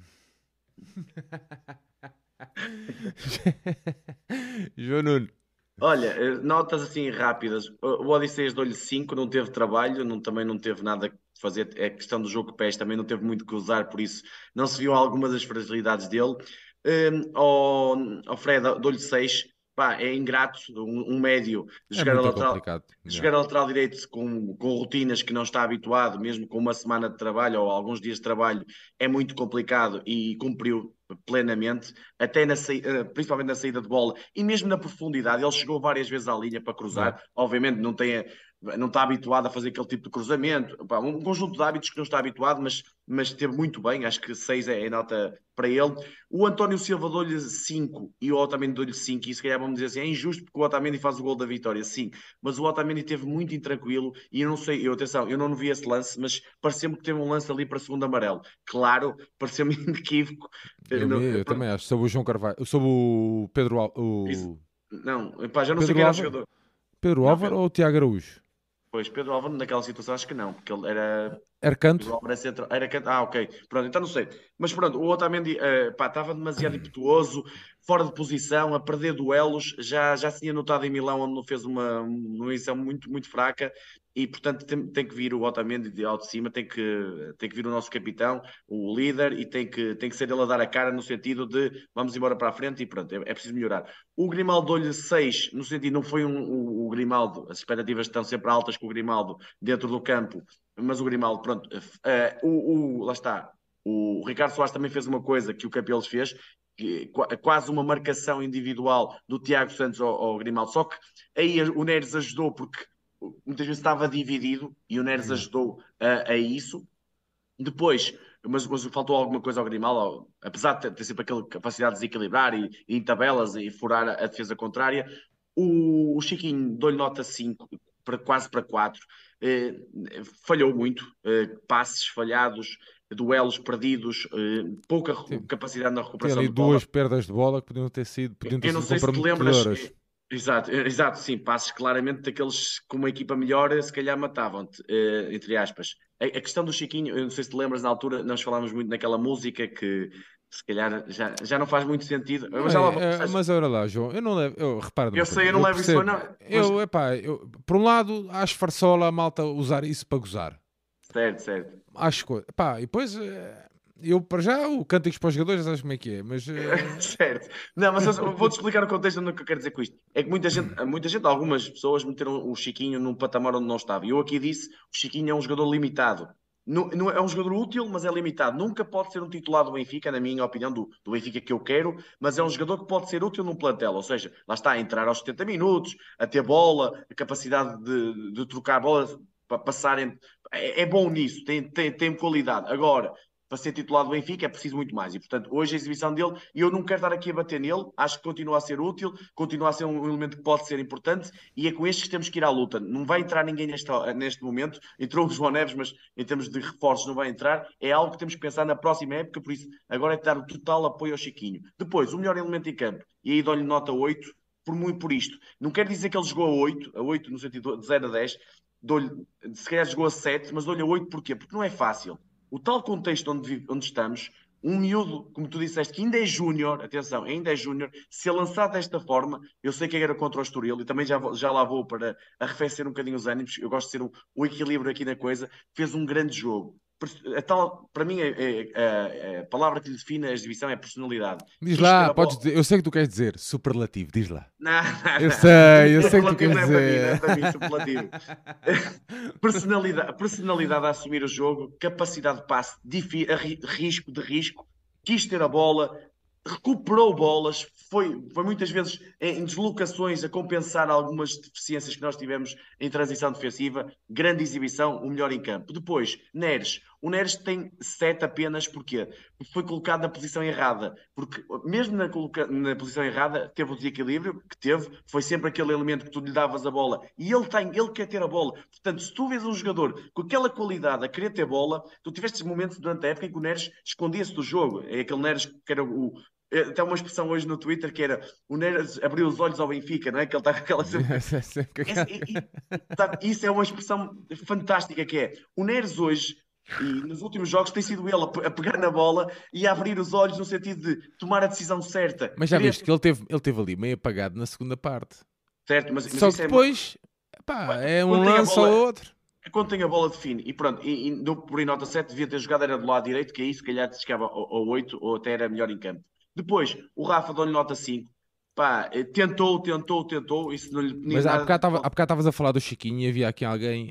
João Nuno. Olha, notas assim rápidas. O Odisseias deu-lhe cinco, não teve trabalho, não, também não teve nada que fazer. É questão do jogo de pés, também não teve muito que usar, por isso não se viu algumas das fragilidades dele. Um, ao, ao Fred deu-lhe seis. Pá, é ingrato, um, um médio, É jogar a muito lateral, complicado. jogar a lateral direito com, com rotinas que não está habituado, mesmo com uma semana de trabalho ou alguns dias de trabalho, é muito complicado e cumpriu plenamente, até na saída, principalmente na saída de bola e mesmo na profundidade. Ele chegou várias vezes à linha para cruzar. Yeah. Obviamente não tem a, não está habituado a fazer aquele tipo de cruzamento. Pá, um conjunto de hábitos que não está habituado, mas, mas esteve muito bem. Acho que seis é, é nota para ele. O António Silva deu-lhe cinco e o Otamendi deu-lhe cinco. E se calhar vamos dizer assim, é injusto porque o Otamendi faz o gol da vitória, sim. Mas o Otamendi esteve muito intranquilo e eu não sei, eu, atenção, eu não vi esse lance, mas pareceu-me que teve um lance ali para segundo amarelo. Claro, pareceu-me inequívoco. Eu, Não, eu também acho. Sobre o João Carvalho, sobre o Pedro Al- o não, pá, já não sei Pedro quem era o Álvaro, jogador. Pedro Não, Álvaro Pedro. ou o Tiago Araújo? Pois, Pedro Álvaro, naquela situação, acho que não, porque ele era. Era Pedro canto? Álvaro é central. Era canto. Ah, ok. Pronto, então não sei. Mas pronto, o Otamendi eh, pá, estava demasiado impetuoso, fora de posição, a perder duelos. Já, já se tinha notado em Milão, onde não fez uma, uma edição muito, muito fraca. E portanto tem, tem que vir o Otamendi de alto de cima, tem que, tem que vir o nosso capitão, o líder, e tem que, tem que ser ele a dar a cara no sentido de vamos embora para a frente e pronto, é, é preciso melhorar. O Grimaldo deu-lhe seis, no sentido, não foi um, o, o Grimaldo, as expectativas estão sempre altas com o Grimaldo dentro do campo, mas o Grimaldo, pronto, uh, o, o, lá está. O Ricardo Soares também fez uma coisa que o Capelos fez, que, quase uma marcação individual do Tiago Santos ao, ao Grimaldo, só que aí o Neres ajudou porque muitas vezes estava dividido e o Neres Yeah. ajudou a, a isso. Depois, mas, mas faltou alguma coisa ao Grimaldo, apesar de ter, ter sempre aquela capacidade de desequilibrar e, e em tabelas e furar a, a defesa contrária. O, o Chiquinho deu-lhe nota cinco, para, quase para quatro. Eh, falhou muito, eh, passes falhados, duelos perdidos, eh, pouca Sim. capacidade na Tem recuperação ali de bola. duas perdas de bola que podiam ter sido, podiam ter Eu não sido sei se te lembras. comprometedoras. Exato, exato, sim, passes claramente daqueles com uma equipa melhor, se calhar matavam-te, eh, entre aspas. A, a questão do Chiquinho, eu não sei se te lembras, na altura nós falámos muito naquela música que se calhar já, já não faz muito sentido. Não Mas, já lá, é, é, seja, mas olha lá, João, eu não levo, eu, repara numa eu coisa, sei, eu não levo percebo, isso, não. Mas, eu, epá, eu, por um lado, acho farsola a malta usar isso para gozar. certo, certo. Acho que, epá, e depois, eu para já, o cânticos para os jogadores, sabes como é que é, mas... Certo. Não, mas eu vou-te explicar o contexto do que eu quero dizer com isto. É que muita gente, muita gente, algumas pessoas meteram o Chiquinho num patamar onde não estava. E eu aqui disse, o Chiquinho é um jogador limitado. Não, não é um jogador útil, mas é limitado. Nunca pode ser um titular do Benfica, na minha opinião, do, do Benfica que eu quero, mas é um jogador que pode ser útil num plantel. Ou seja, lá está, a entrar aos setenta minutos, a ter bola, a capacidade de, de trocar bolas, para passarem. É, é bom nisso, tem, tem, tem qualidade. Agora, para ser titular do Benfica é preciso muito mais. E, portanto, hoje a exibição dele, e eu não quero estar aqui a bater nele, acho que continua a ser útil, continua a ser um elemento que pode ser importante, e é com estes que temos que ir à luta. Não vai entrar ninguém neste, neste momento, entrou o João Neves, mas em termos de reforços não vai entrar, é algo que temos que pensar na próxima época, por isso agora é dar o total apoio ao Chiquinho. Depois, o melhor elemento em campo, e aí dou-lhe nota oito, por muito por isto. Não quer dizer que ele jogou a oito, a oito no sentido de zero a dez, dou-lhe, se calhar jogou a sete, mas dou-lhe a oito porquê? Porque não é fácil. O tal contexto onde, onde estamos, um miúdo, como tu disseste, que ainda é júnior, atenção, ainda é júnior, se é lançado desta forma, eu sei que era contra o Estoril, e também já, já lá vou para arrefecer um bocadinho os ânimos, eu gosto de ser um, um equilíbrio aqui na coisa, fez um grande jogo. A tal, para mim, é, é, é, a palavra que lhe define a exibição é personalidade. Diz lá, podes dizer, eu sei que tu queres dizer, superlativo, diz lá. Não, não, eu não. sei, eu sei que tu queres não é dizer. Para mim, não é para mim, superlativo. personalidade, personalidade a assumir o jogo, capacidade de passe, risco de risco, quis ter a bola, recuperou bolas, foi, foi muitas vezes em deslocações a compensar algumas deficiências que nós tivemos em transição defensiva, grande exibição, o melhor em campo. Depois, Neres. O Neres tem sete apenas, porquê? Porque foi colocado na posição errada, porque mesmo na, na posição errada teve o desequilíbrio que teve, foi sempre aquele elemento que tu lhe davas a bola, e ele tem, ele quer ter a bola. Portanto, se tu vês um jogador com aquela qualidade a querer ter bola, tu tiveste momentos durante a época em que o Neres escondia-se do jogo, é aquele Neres que era o... Até uma expressão hoje no Twitter que era o Neres abriu os olhos ao Benfica, não é? Que ele está com aquela sempre... Isso é uma expressão fantástica que é o Neres hoje, e nos últimos jogos tem sido ele a pegar na bola e a abrir os olhos no sentido de tomar a decisão certa. Mas já viste que ele teve, ele teve ali meio apagado na segunda parte. Certo, mas, Só mas que depois é, pá, é um lance ou outro. Quando tem a bola define, e pronto, e, e do, por aí nota sete devia ter jogado era do lado direito, que aí se calhar chegava ao, ao oito ou até era melhor em campo. Depois, o Rafa deu-lhe nota cinco. Pá, tentou, tentou, tentou. Isso não lhe, Mas há bocado estavas a falar do Chiquinho e havia aqui alguém.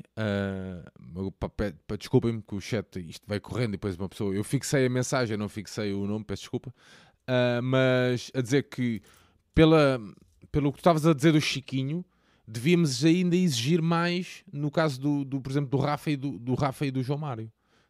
Uh, Desculpem-me que o chat isto vai correndo e depois uma pessoa. Eu fixei a mensagem, não fixei o nome, peço desculpa. Uh, mas a dizer que, pela, pelo que tu estavas a dizer do Chiquinho, devíamos ainda exigir mais no caso do, do por exemplo, do Rafa e do, do, Rafa e do João Mário.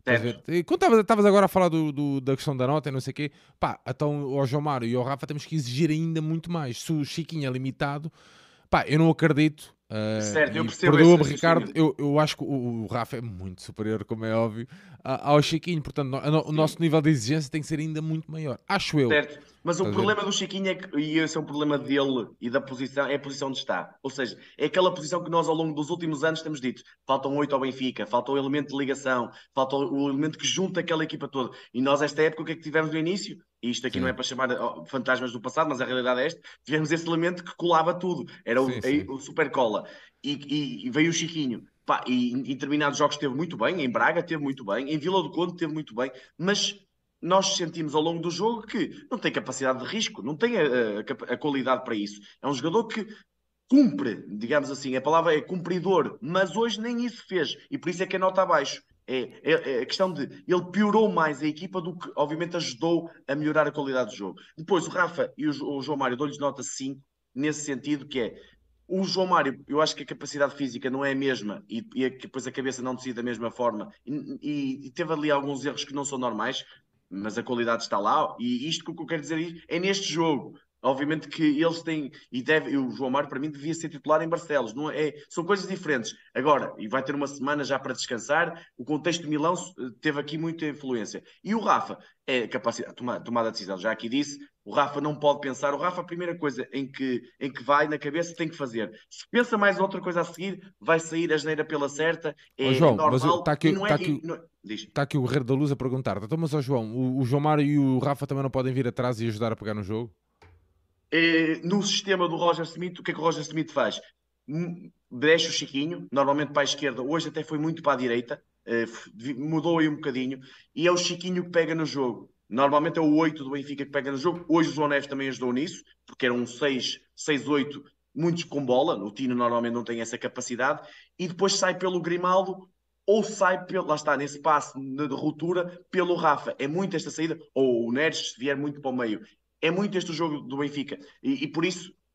Quando estavas agora a falar do, do, da questão da nota e não sei o quê, pá, então ao João Mário e ao Rafa temos que exigir ainda muito mais. Se o Chiquinho é limitado, pá, eu não acredito. Uh, certo, eu percebo. Perdoa-me, Ricardo, eu, eu acho que o, o Rafa é muito superior, como é óbvio, ao Chiquinho. Portanto, no, o nosso nível de exigência tem que ser ainda muito maior. Acho eu. Certo. Mas o problema do Chiquinho é que, e esse é o problema dele e da posição, é a posição onde está. Ou seja, é aquela posição que nós ao longo dos últimos anos temos dito. Faltam oito ao Benfica, falta o elemento de ligação, falta o elemento que junta aquela equipa toda. E nós, esta época, o que é que tivemos no início? E isto aqui sim, não é para chamar oh, fantasmas do passado, mas a realidade é esta. Tivemos esse elemento que colava tudo. Era sim, o, sim. o super cola. E, e, e veio o Chiquinho. Pá, e em determinados jogos esteve muito bem, em Braga esteve muito bem, em Vila do Conde esteve muito bem, mas nós sentimos ao longo do jogo que não tem capacidade de risco, não tem a, a, a qualidade para isso. É um jogador que cumpre, digamos assim, a palavra é cumpridor, mas hoje nem isso fez, e por isso é que a nota abaixo. É, é, é a questão de ele piorou mais a equipa do que obviamente ajudou a melhorar a qualidade do jogo. Depois o Rafa e o, o João Mário dou-lhes nota cinco, nesse sentido que é o João Mário, eu acho que a capacidade física não é a mesma e, e depois a cabeça não decide da mesma forma e, e, e teve ali alguns erros que não são normais, mas a qualidade está lá, e isto que eu quero dizer é neste jogo. Obviamente que eles têm, e, deve, e o João Mário para mim devia ser titular em Barcelos, não é, são coisas diferentes. Agora, e vai ter uma semana já para descansar, o contexto de Milão teve aqui muita influência. E o Rafa, é capacidade, tomada, tomada de decisão, já aqui disse, o Rafa não pode pensar, o Rafa a primeira coisa em que, em que vai na cabeça tem que fazer. Se pensa mais outra coisa a seguir, vai sair a geneira pela certa, é, oh, João, é normal. Está aqui, não é, tá aqui, não, tá aqui o Guerreiro da Luz a perguntar, então, mas oh, João, o, o João Mário e o Rafa também não podem vir atrás e ajudar a pegar no jogo? No sistema do Roger Smith, o que é que o Roger Smith faz? Deixa o Chiquinho, normalmente para a esquerda, hoje até foi muito para a direita, mudou aí um bocadinho, e é o Chiquinho que pega no jogo. Normalmente é o oito do Benfica que pega no jogo, hoje o João Neves também ajudou nisso, porque era um seis oito, muitos com bola, o Tino normalmente não tem essa capacidade, e depois sai pelo Grimaldo, ou sai, pelo, lá está, nesse passe de ruptura, pelo Rafa. É muito esta saída, ou o Neres, se vier muito para o meio. É muito este o jogo do Benfica. E, e por isso,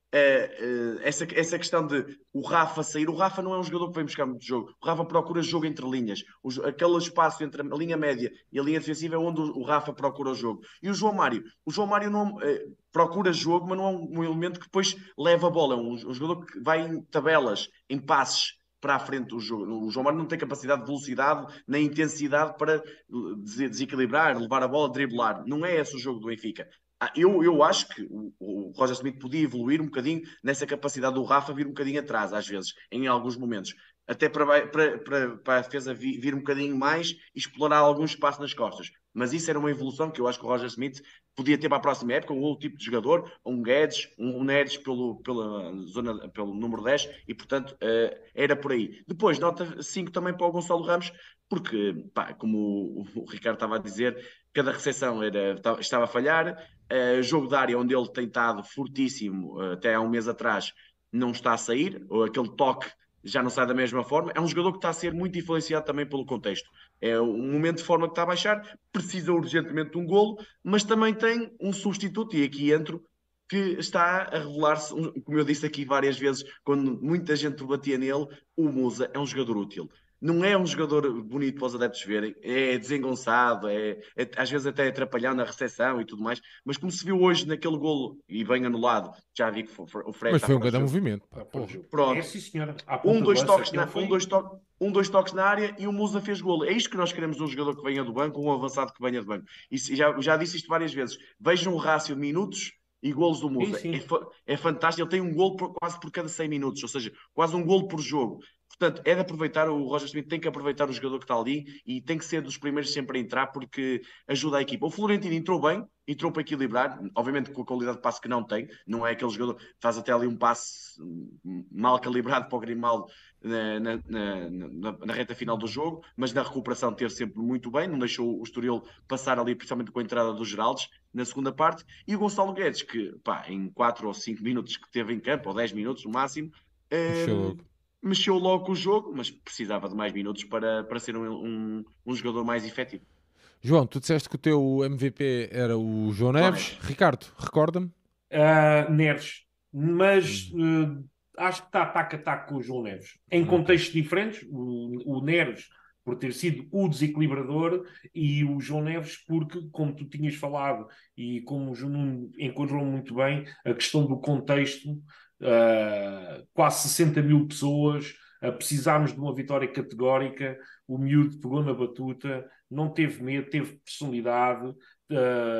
Uh, uh, essa, essa questão de o Rafa sair, o Rafa não é um jogador que vem buscar muito jogo, o Rafa procura jogo entre linhas, o, aquele espaço entre a linha média e a linha defensiva é onde o, o Rafa procura o jogo. E o João Mário, o João Mário não uh, procura jogo, mas não é um, um elemento que depois leva a bola, é um, um jogador que vai em tabelas, em passes para a frente do jogo. O João Mário não tem capacidade de velocidade nem intensidade para desequilibrar, levar a bola, driblar. Não é esse o jogo do Benfica. Ah, eu, eu acho que o, o Roger Smith podia evoluir um bocadinho nessa capacidade do Rafa vir um bocadinho atrás, às vezes, em alguns momentos. Até para, para, para, para a defesa vir, vir um bocadinho mais e explorar algum espaço nas costas. Mas isso era uma evolução que eu acho que o Roger Smith podia ter para a próxima época, um outro tipo de jogador, um Guedes, um Neres pelo, pela zona, pelo número dez, e portanto uh, era por aí. Depois, nota cinco também para o Gonçalo Ramos, porque, pá, como o, o Ricardo estava a dizer, cada recepção era, estava a falhar, uh, jogo de área onde ele tem estado fortíssimo uh, até há um mês atrás, não está a sair, ou aquele toque já não sai da mesma forma. É um jogador que está a ser muito influenciado também pelo contexto. É um momento de forma que está a baixar, precisa urgentemente de um golo, mas também tem um substituto, e aqui entro, que está a revelar-se, como eu disse aqui várias vezes, quando muita gente batia nele, o Musa é um jogador útil. Não é um jogador bonito para os adeptos verem, é desengonçado, é, é às vezes até atrapalhando na recepção e tudo mais, mas como se viu hoje naquele golo, e bem anulado, já vi que o Fred Mas está foi um fora do grande jogo. movimento. Pá, Pá, jogo. Pronto. É sim, senhora. Um dois, toques na, foi... um, dois to um, dois toques na área e o Musa fez golo. É isto que nós queremos de um jogador que venha do banco, um avançado que venha do banco. E já, já disse isto várias vezes. Vejam o rácio de minutos e golos do Musa. Sim, sim. É, é fantástico. Ele tem um golo por, quase por cada cem minutos, ou seja, quase um golo por jogo. Portanto, é de aproveitar, o Roger Smith tem que aproveitar o jogador que está ali e tem que ser dos primeiros sempre a entrar porque ajuda a equipa. O Florentino entrou bem, entrou para equilibrar, obviamente com a qualidade de passe que não tem, não é aquele jogador que faz até ali um passe mal calibrado para o Grimaldo na, na, na, na reta final do jogo, mas na recuperação teve sempre muito bem, não deixou o Estoril passar ali, principalmente com a entrada dos Geraldes na segunda parte, e o Gonçalo Guedes, que pá, em quatro ou cinco minutos que teve em campo, ou dez minutos no máximo, Mexeu. mexeu logo com o jogo, mas precisava de mais minutos para, para ser um, um, um jogador mais efetivo. João, tu disseste que o teu M V P era o João Neves. Neves. Ricardo, recorda-me. Uh, Neres, mas hum. uh, acho que está taco a taco com o João Neves. Em contextos okay. diferentes, o, o Neres por ter sido o desequilibrador e o João Neves porque, como tu tinhas falado e como o João enquadrou muito bem, a questão do contexto, uh, quase sessenta mil pessoas, uh, precisámos de uma vitória categórica, o miúdo pegou na batuta, não teve medo, teve personalidade, Uh,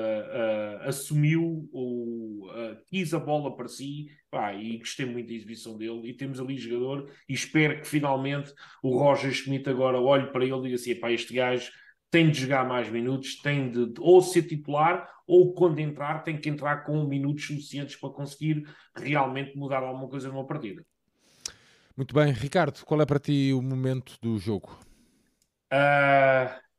uh, assumiu ou uh, quis a bola para si, pá, e gostei muito da exibição dele, e temos ali jogador, e espero que finalmente o Roger Schmidt agora olhe para ele e diga assim, pá, este gajo tem de jogar mais minutos, tem de, de ou ser titular, ou quando entrar tem que entrar com minutos suficientes para conseguir realmente mudar alguma coisa numa partida. Muito bem, Ricardo, qual é para ti o momento do jogo? Uh...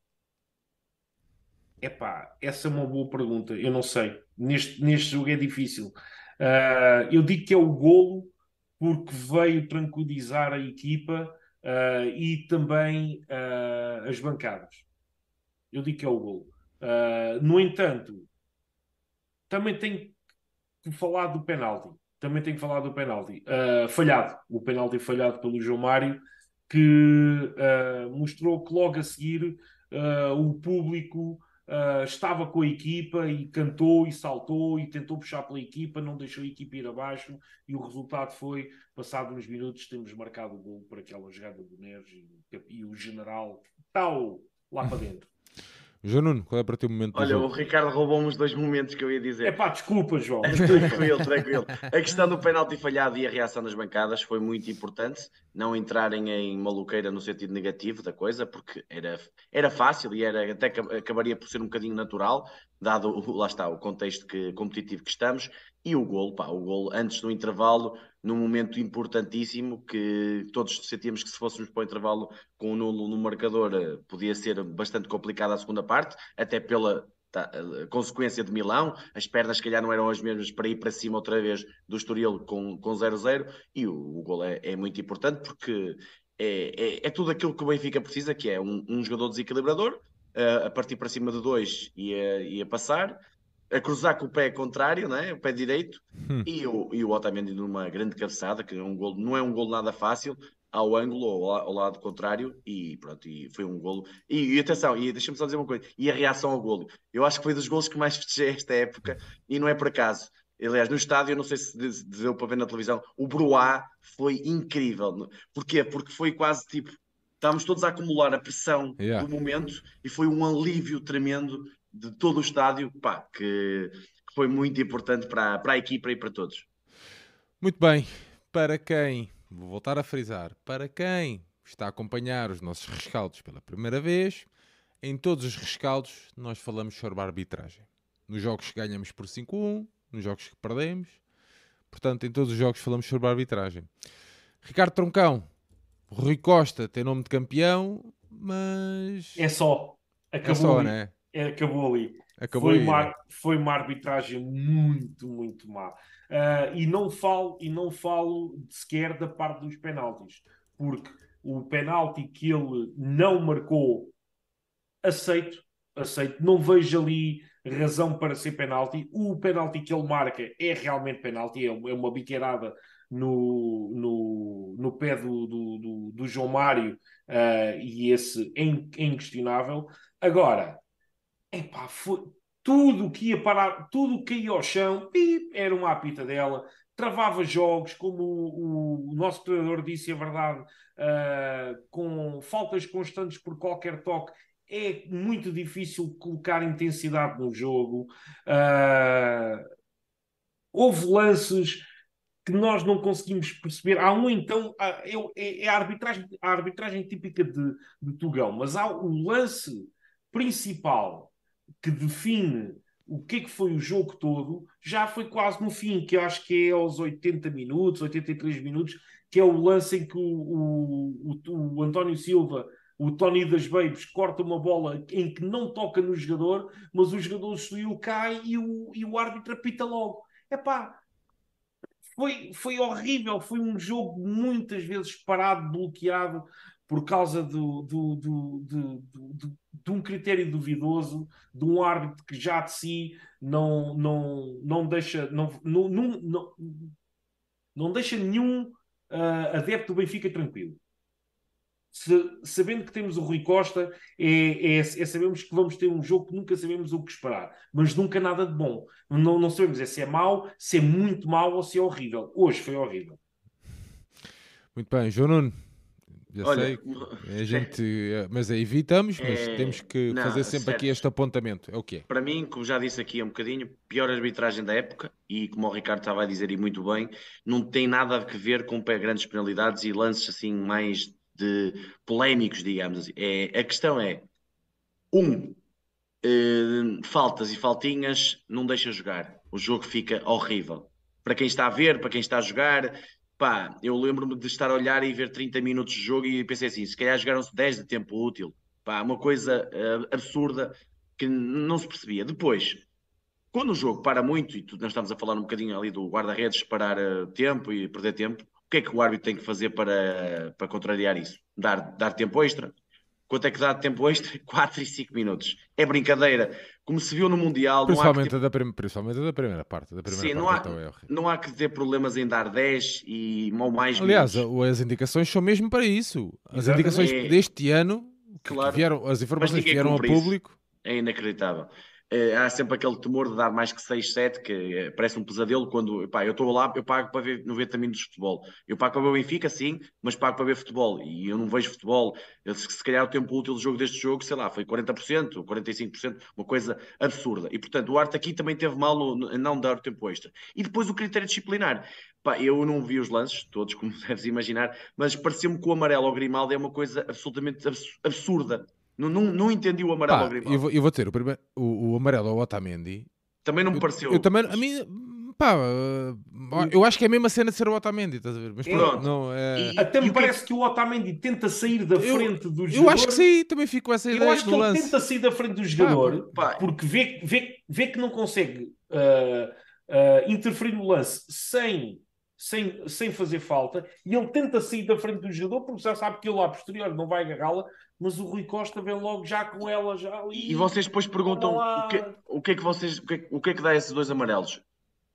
Epá, essa é uma boa pergunta. Eu não sei. Neste, neste jogo é difícil. Uh, eu digo que é o golo porque veio tranquilizar a equipa uh, e também uh, as bancadas. Eu digo que é o golo. Uh, no entanto, também tenho que falar do penalti. Também tenho que falar do penalti. Uh, falhado. O penalti falhado pelo João Mário, que uh, mostrou que logo a seguir uh, o público Uh, estava com a equipa e cantou e saltou e tentou puxar pela equipa, não deixou a equipa ir abaixo e o resultado foi, passado uns minutos, temos marcado o gol por aquela jogada do Neres e, e o general tal lá para dentro. João Nuno, qual é para ti o momento do Olha, jogo? o Ricardo roubou-me os dois momentos que eu ia dizer. É pá, desculpa, João. tranquilo, tranquilo. A questão do penalti falhado e a reação das bancadas foi muito importante. Não entrarem em maluqueira no sentido negativo da coisa, porque era, era fácil e era, até acabaria por ser um bocadinho natural, dado, lá está, o contexto que, competitivo que estamos. E o golo, pá, o golo antes do intervalo, num momento importantíssimo, que todos sentíamos que se fôssemos para o intervalo com o nulo no marcador, podia ser bastante complicado a segunda parte, até pela tá, consequência de Milão, as pernas se calhar não eram as mesmas para ir para cima outra vez do Estoril com zero zero, e o, o golo é, é muito importante porque é, é, é tudo aquilo que o Benfica precisa, que é um, um jogador desequilibrador, uh, a partir para cima de dois e a, e a passar, a cruzar com o pé contrário, não é? O pé direito, Hum. E, o, e o Otamendi numa grande cabeçada, que é um golo, não é um golo nada fácil, ao ângulo ou ao, ao lado contrário, e pronto, e foi um golo. E, e atenção, e deixa-me só dizer uma coisa, e a reação ao golo. Eu acho que foi dos golos que mais festejei esta época, e não é por acaso. Aliás, no estádio, eu não sei se deu para ver na televisão, o Broá foi incrível. Porquê? Porque foi quase tipo, estávamos todos a acumular a pressão yeah. do momento, e foi um alívio tremendo de todo o estádio, pá, que, que foi muito importante para, para a equipa e para todos. Muito bem, para quem... Vou voltar a frisar, para quem está a acompanhar os nossos rescaldos pela primeira vez, em todos os rescaldos nós falamos sobre a arbitragem. Nos jogos que ganhamos por cinco a um, nos jogos que perdemos, portanto em todos os jogos falamos sobre a arbitragem. Ricardo Troncão, Rui Costa tem nome de campeão, mas... É só, acabou é só, ali. Né? É, acabou ali. Acabou foi, aí, uma, né? foi uma arbitragem muito, muito má. Uh, e, não falo, e não falo sequer da parte dos penaltis, porque o penalti que ele não marcou, aceito, aceito, não vejo ali razão para ser penalti. O penalti que ele marca é realmente penalti, é uma biqueirada no, no, no pé do, do, do, do João Mário, uh, e esse é inquestionável. Agora, epá, foi tudo que ia parar, tudo que ia ao chão, pip, era uma apita dela, travava jogos, como o, o nosso treinador disse, a verdade, uh, com faltas constantes por qualquer toque, é muito difícil colocar intensidade no jogo. Uh, houve lances que nós não conseguimos perceber. Há um, então, é, é a, arbitragem, a arbitragem típica de, de Tugão, mas há o lance principal que define o que é que foi o jogo todo, já foi quase no fim, que eu acho que é aos oitenta minutos, oitenta e três minutos, que é o lance em que o, o, o, o António Silva, o Tony das Babes, corta uma bola em que não toca no jogador, mas o jogador subiu, cai e o, e o árbitro apita logo. Epá, foi, foi horrível, foi um jogo muitas vezes parado, bloqueado, por causa do, do, do, do, do, de um critério duvidoso, de um árbitro que já de si não, não, não deixa não, não, não, não deixa nenhum uh, adepto do Benfica tranquilo. Se, sabendo que temos o Rui Costa, é, é, é sabemos que vamos ter um jogo que nunca sabemos o que esperar, mas nunca nada de bom. Não, não sabemos é se é mau, se é muito mau ou se é horrível. Hoje foi horrível. Muito bem, João Nuno. Já Olha, sei, a gente, mas evitamos, mas é, temos que não, fazer sempre certo. aqui este apontamento. É o que é? Para mim, como já disse aqui há um bocadinho, pior arbitragem da época, e como o Ricardo estava a dizer e muito bem, não tem nada a ver com grandes penalidades e lances assim mais de polémicos, digamos assim. É, a questão é, um, eh, faltas e faltinhas não deixa jogar. O jogo fica horrível. Para quem está a ver, para quem está a jogar... Pá, eu lembro-me de estar a olhar e ver trinta minutos de jogo e pensei assim, se calhar jogaram-se dez de tempo útil. Pá, uma coisa uh, absurda que não se percebia. Depois, quando o jogo para muito, e tu, nós estamos a falar um bocadinho ali do guarda-redes parar uh, tempo e perder tempo, o que é que o árbitro tem que fazer para, para contrariar isso? Dar, dar tempo extra? Quanto é que dá de tempo extra? quatro e cinco minutos. É brincadeira. Como se viu no Mundial... Principalmente, não há que ter... da, prim... Principalmente da primeira parte. Da primeira Sim, parte não, há, então é não há que ter problemas em dar dez e ou mais Aliás, minutos. as indicações são mesmo para isso. As Exatamente. indicações É... deste ano, que, claro. que vieram, as informações que vieram ao público... Isso. É inacreditável. É, há sempre aquele temor de dar mais que seis, sete, que é, parece um pesadelo quando, pá, eu estou lá, eu pago para ver noventa minutos de futebol. Eu pago para ver o Benfica, sim, mas pago para ver futebol. E eu não vejo futebol. Eu, se, se calhar o tempo útil do jogo deste jogo, sei lá, foi quarenta por cento, quarenta e cinco por cento, uma coisa absurda. E, portanto, o Arte aqui também teve mal em não dar o tempo extra. E depois o critério disciplinar. Pá, eu não vi os lances, todos, como deves imaginar, mas pareceu-me que o amarelo ao Grimaldo é uma coisa absolutamente absurda. Não, não, não entendi o amarelo Pá, ao Grimaldo. Eu vou, eu vou dizer, o, primeiro, o, o amarelo ao Otamendi... Também não me eu, pareceu. Eu também, a mim, pá, uh, eu acho que é a mesma cena de ser o Otamendi, estás a ver? Mas pronto, pronto. não, é... E, Até e me o parece que... que o Otamendi tenta sair da eu, frente do eu jogador. Eu acho que sim, também fico com essa eu ideia Eu acho que do ele lance. tenta sair da frente do jogador, pá, pá. porque vê, vê, vê que não consegue uh, uh, interferir no lance sem... Sem, sem fazer falta, e ele tenta sair da frente do jogador porque já sabe que ele, a posterior, não vai agarrá-la, mas o Rui Costa vem logo já com ela já ali. E vocês depois perguntam o que, o que é que vocês o que, o que é que dá esses dois amarelos?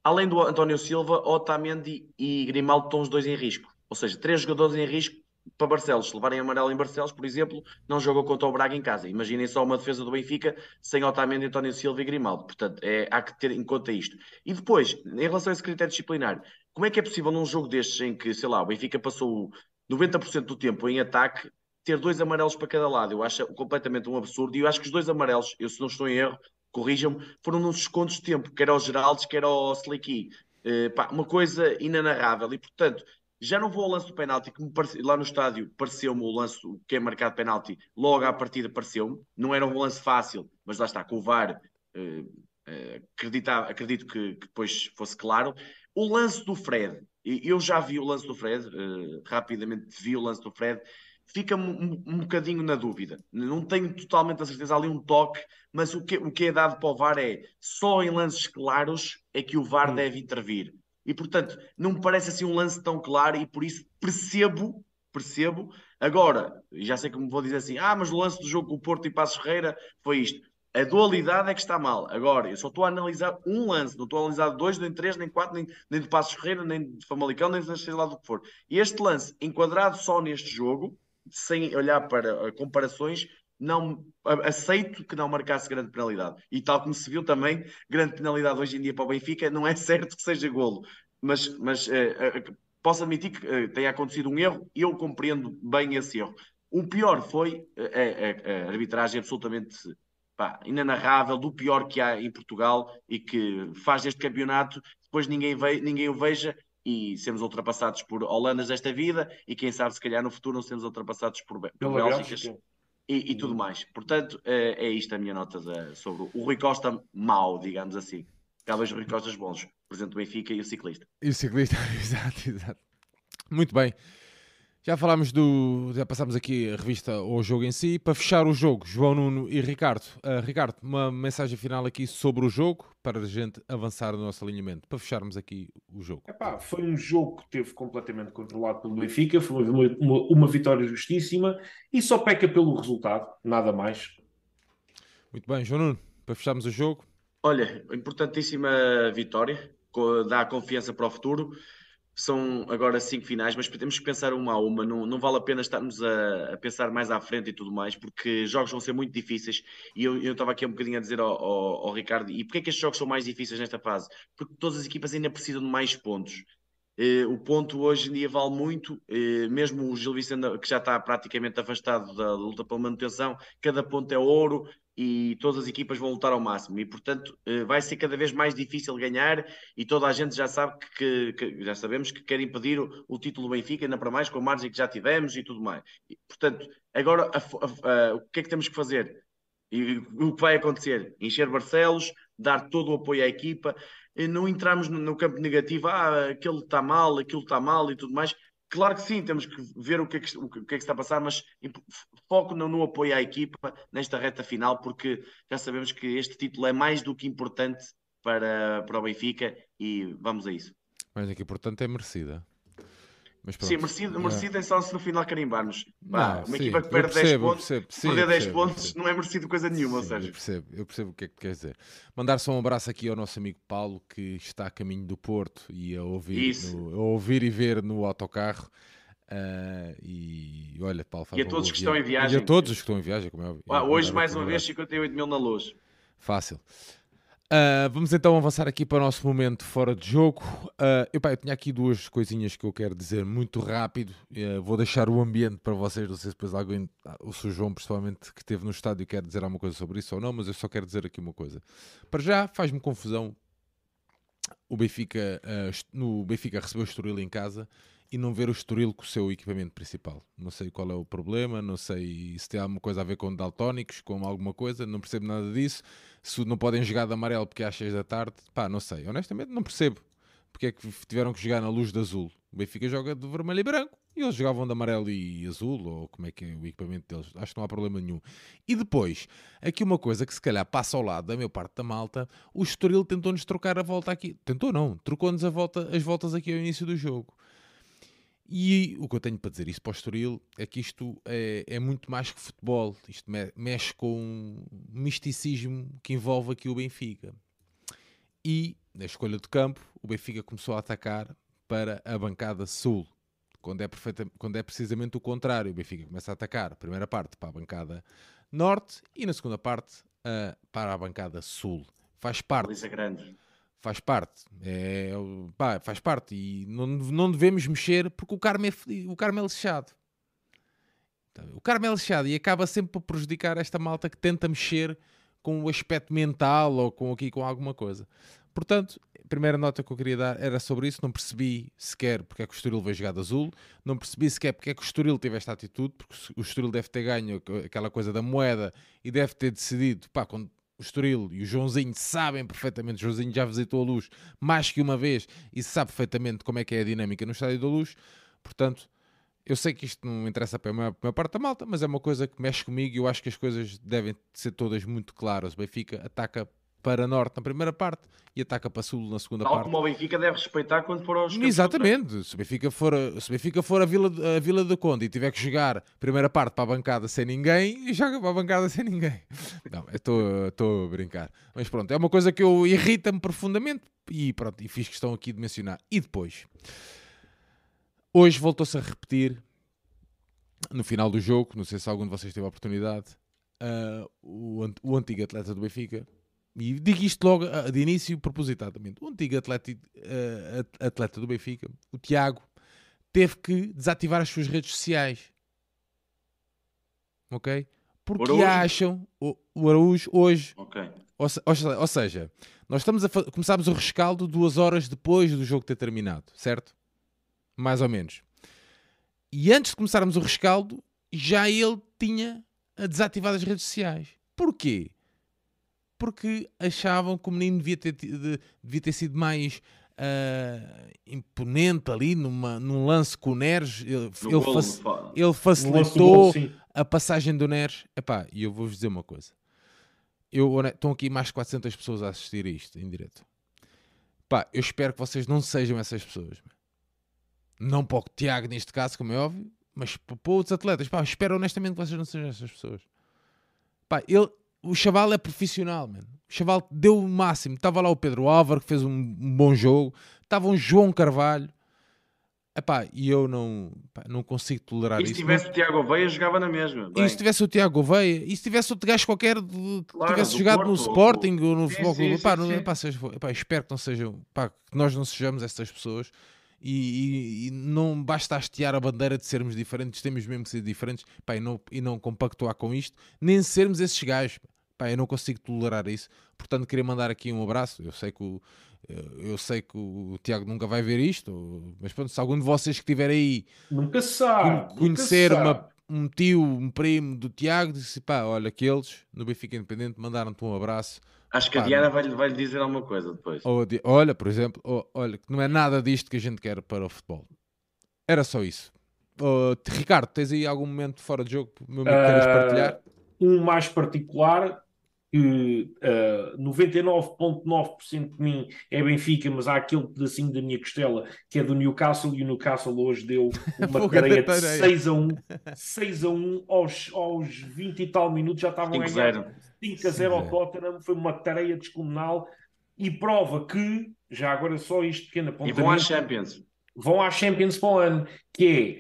além do António Silva, Otamendi e Grimaldo estão os dois em risco. Ou seja, três jogadores em risco para Barcelos. Se levarem amarelo em Barcelos, por exemplo, não jogam contra o Braga em casa. Imaginem só uma defesa do Benfica sem Otamendi, António Silva e Grimaldo. Portanto, é, há que ter em conta isto. E depois, em relação a esse critério disciplinar, como é que é possível num jogo destes em que, sei lá, o Benfica passou noventa por cento do tempo em ataque, ter dois amarelos para cada lado? Eu acho completamente um absurdo. E eu acho que os dois amarelos, eu se não estou em erro, corrijam-me, foram nos descontos de tempo, quer ao Geraldes, quer ao Slicky. Uh, pá, uma coisa inenarrável. E, portanto, já não vou ao lance do penalti, que me parece, lá no estádio pareceu-me o lance que é marcado penalti, logo à partida pareceu-me. Não era um lance fácil, mas lá está, com o V A R, uh, uh, acredita, acredito que, que depois fosse claro. O lance do Fred, eu já vi o lance do Fred, uh, rapidamente vi o lance do Fred, fica-me um, um bocadinho na dúvida. Não tenho totalmente a certeza, ali um toque, mas o que, o que é dado para o V A R é só em lances claros é que o V A R hum. deve intervir. E, portanto, não me parece assim um lance tão claro e por isso percebo, percebo. Agora, já sei que me vou dizer assim, ah, mas o lance do jogo com o Porto e Passos Ferreira foi isto. A dualidade é que está mal. Agora, eu só estou a analisar um lance, não estou a analisar dois, nem três, nem quatro, nem, nem de Passos Ferreira, nem de Famalicão, nem de sei lá do que for. E este lance, enquadrado só neste jogo, sem olhar para comparações, não aceito que não marcasse grande penalidade. E tal como se viu também, grande penalidade hoje em dia para o Benfica, não é certo que seja golo. Mas, mas uh, uh, posso admitir que uh, tenha acontecido um erro e eu compreendo bem esse erro. O pior foi uh, a, a, a arbitragem absolutamente pá, inenarrável, do pior que há em Portugal e que faz este campeonato, depois ninguém, ve ninguém o veja e sermos ultrapassados por Holandas desta vida e quem sabe se calhar no futuro não sermos ultrapassados por, por Bélgicas e, e tudo mais. Portanto, é, é isto a minha nota de, sobre o Rui Costa mau, digamos assim. Já vejo o Rui Costas bons, presidente do Benfica e o ciclista. E o ciclista, exato, exato. Muito bem. Já falámos do... Já passámos aqui a revista ao jogo em si. Para fechar o jogo, João Nuno e Ricardo. Uh, Ricardo, uma mensagem final aqui sobre o jogo, para a gente avançar no nosso alinhamento. Para fecharmos aqui o jogo. Epá, foi um jogo que teve completamente controlado pelo Benfica. Foi uma, uma, uma vitória justíssima. E só peca pelo resultado. Nada mais. Muito bem, João Nuno. Para fecharmos o jogo. Olha, importantíssima vitória. Dá confiança para o futuro. São agora cinco finais, mas temos que pensar uma a uma. Não, não vale a pena estarmos a, a pensar mais à frente e tudo mais, porque jogos vão ser muito difíceis. E eu, eu estava aqui um bocadinho a dizer ao, ao, ao Ricardo, e porquê é que estes jogos são mais difíceis nesta fase? Porque todas as equipas ainda precisam de mais pontos. Uh, o ponto hoje em dia vale muito, uh, mesmo o Gil Vicente, que já está praticamente afastado da luta pela manutenção, cada ponto é ouro e todas as equipas vão lutar ao máximo e portanto uh, vai ser cada vez mais difícil ganhar e toda a gente já sabe que, que, que já sabemos que quer impedir o, o título do Benfica, ainda para mais com a margem que já tivemos e tudo mais. E, portanto, agora a, a, a, o que é que temos que fazer? E o que vai acontecer? Encher Barcelos, dar todo o apoio à equipa, não entrarmos no, no campo negativo, ah, aquele está mal, aquilo está mal e tudo mais. Claro que sim, temos que ver o que é que, o que, é que está a passar, mas foco no, no apoio à equipa nesta reta final, porque já sabemos que este título é mais do que importante para, para o Benfica e vamos a isso. Mais do que importante é merecida. Mas sim, merecido, merecido é só se no final carimbarmos. Pá, não, uma sim, equipa que perde percebo, dez pontos, percebo, sim, perder percebo, dez pontos percebo. não é merecido coisa nenhuma. Sim, ou seja. Eu percebo, eu percebo o que é que queres dizer. Mandar só um abraço aqui ao nosso amigo Paulo, que está a caminho do Porto e a ouvir, no, a ouvir e ver no autocarro. Uh, e olha, Paulo, faz e a todos que estão em viagem. E a todos os que estão em viagem, como é óbvio. Ah, hoje, mais uma vez, cinquenta e oito mil na luz. Fácil. Uh, vamos então avançar aqui para o nosso momento fora de jogo. Uh, eu, pá, eu tinha aqui duas coisinhas que eu quero dizer muito rápido. Uh, vou deixar o ambiente para vocês. Não sei se depois alguém, o Sr. João, principalmente, que esteve no estádio, quer dizer alguma coisa sobre isso ou não, mas eu só quero dizer aqui uma coisa. Para já, faz-me confusão o Benfica, uh, no Benfica recebeu o Estoril em casa e não ver o Estoril com o seu equipamento principal. Não sei qual é o problema, não sei se tem alguma coisa a ver com daltónicos, com alguma coisa, não percebo nada disso. Se não podem jogar de amarelo porque é às seis da tarde, pá, não sei. Honestamente não percebo porque é que tiveram que jogar na luz de azul. O Benfica joga de vermelho e branco e eles jogavam de amarelo e azul, ou como é que é o equipamento deles. Acho que não há problema nenhum. E depois, aqui uma coisa que se calhar passa ao lado da maior parte da malta, o Estoril tentou-nos trocar a volta aqui. Tentou não, trocou-nos a volta, as voltas aqui ao início do jogo. E o que eu tenho para dizer isso para o Estoril é que isto é, é muito mais que futebol. Isto me, mexe com um misticismo que envolve aqui o Benfica. e, na escolha de campo, o Benfica começou a atacar para a bancada sul, quando é, perfeita, quando é precisamente o contrário. O Benfica começa a atacar a primeira parte para a bancada norte e na segunda parte uh, para a bancada sul. Faz parte. Grande. Faz parte. É, pá, faz parte. E não, não devemos mexer porque o Carmo é, o Carmo é lixado. O Carmo é lixado e acaba sempre por prejudicar esta malta que tenta mexer com o aspecto mental ou com, aqui, com alguma coisa. Portanto, a primeira nota que eu queria dar era sobre isso. Não percebi sequer porque é que o Estoril veio jogar de azul. Não percebi sequer porque é que o Estoril teve esta atitude, porque o Estoril deve ter ganho aquela coisa da moeda e deve ter decidido, pá, quando o Estoril e o Joãozinho sabem perfeitamente, o Joãozinho já visitou a Luz mais que uma vez e sabe perfeitamente como é que é a dinâmica no Estádio da Luz. Portanto, eu sei que isto não interessa para a maior, para a maior parte da malta, mas é uma coisa que mexe comigo e eu acho que as coisas devem ser todas muito claras. O Benfica ataca para norte na primeira parte e ataca para sul na segunda Tal parte. como o Benfica deve respeitar quando for aos campos. Exatamente. Se o Benfica for, a, se o Benfica for a, Vila, a Vila do Conde e tiver que jogar a primeira parte para a bancada sem ninguém, joga para a bancada sem ninguém. Não, estou a brincar. Mas pronto, é uma coisa que eu irrita-me profundamente e pronto, e fiz questão aqui de mencionar. E depois, hoje voltou-se a repetir no final do jogo, não sei se algum de vocês teve a oportunidade, uh, o, o antigo atleta do Benfica, e digo isto logo uh, de início propositadamente, o antigo atleta, uh, atleta do Benfica, o Tiago, teve que desativar as suas redes sociais. Ok? Porque Araújo? acham o, o Araújo hoje. Ok. Ou, ou, ou seja, nós estamos a começámos o rescaldo duas horas depois do jogo ter terminado, certo? Mais ou menos. E antes de começarmos o rescaldo, já ele tinha desativado as redes sociais. Porquê? Porque achavam que o menino devia ter, devia ter sido mais uh, imponente ali numa, num lance com o Neres. Ele, ele, golo, faci ele facilitou golo, a passagem do Neres. Epá, e eu vou-vos dizer uma coisa. Eu, estão aqui mais de quatrocentas pessoas a assistir a isto em direto. Epá, eu espero que vocês não sejam essas pessoas. Não para o Tiago neste caso, como é óbvio, mas para outros atletas. Pá, espero honestamente que vocês não sejam essas pessoas. Pá, ele... O chaval é profissional, mano. O chaval deu o máximo. Estava lá o Pedro Álvaro, que fez um, um bom jogo. Estava um João Carvalho. Epá, e eu não, pá, não consigo tolerar isso. E se tivesse não... o Tiago Oveia, jogava na mesma. Bem. E se tivesse o Tiago Oveia? E se tivesse outro gajo qualquer que claro, tivesse jogado Porto, no Sporting ou, ou no Futebol Clube? Epá, não, epá, seja, epá, espero que não sejam... Epá, que nós não sejamos essas pessoas. E, e, e não basta hastear a bandeira de sermos diferentes. Temos mesmo que ser diferentes. Epá, e, não, e não compactuar com isto. Nem sermos esses gajos. Pá, eu não consigo tolerar isso, portanto queria mandar aqui um abraço. Eu sei que o, eu sei que o Tiago nunca vai ver isto, mas pronto, se algum de vocês que estiver aí nunca sabe, conhecer nunca uma, sabe. um tio, um primo do Tiago, disse pá, olha, aqueles no Benfica Independente mandaram-te um abraço. Acho que pá, a Diana vai-lhe vai dizer alguma coisa depois. Ou, olha, por exemplo, ou, olha, que não é nada disto que a gente quer para o futebol. Era só isso. Oh, Ricardo, tens aí algum momento fora de jogo, meu amigo, uh, queres partilhar? Um mais particular, que uh, noventa e nove vírgula nove por cento de mim é Benfica, mas há aquele pedacinho da minha costela que é do Newcastle, e o Newcastle hoje deu uma tareia de seis a um, seis a um aos, aos vinte e tal minutos, já estavam a ganhar cinco a zero ao Tottenham. Foi uma tareia descomunal e prova que, já agora só isto pequeno apontamento, e vão às Champions. Vão às Champions para o ano, que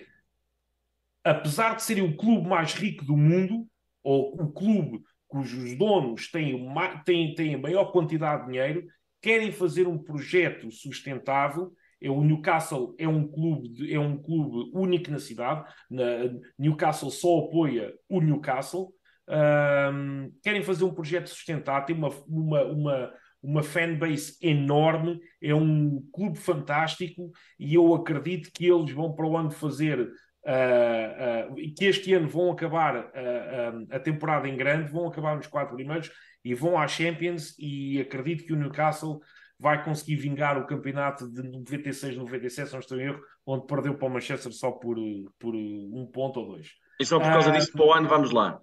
é, apesar de serem o clube mais rico do mundo, ou o clube cujos donos têm, uma, têm, têm a maior quantidade de dinheiro, querem fazer um projeto sustentável. É, o Newcastle é um clube, de, é um clube único na cidade. Na, Newcastle só apoia o Newcastle. Um, querem fazer um projeto sustentável, tem uma, uma, uma, uma fanbase enorme, é um clube fantástico, e eu acredito que eles vão para o ano fazer... Uh, uh, que este ano vão acabar uh, uh, a temporada em grande, vão acabar nos quatro primeiros e vão à Champions, e acredito que o Newcastle vai conseguir vingar o campeonato de noventa e seis noventa e sete, se não estou em erro, onde perdeu para o Manchester só por, por um ponto ou dois. E só por causa uh, disso, para o ano vamos lá.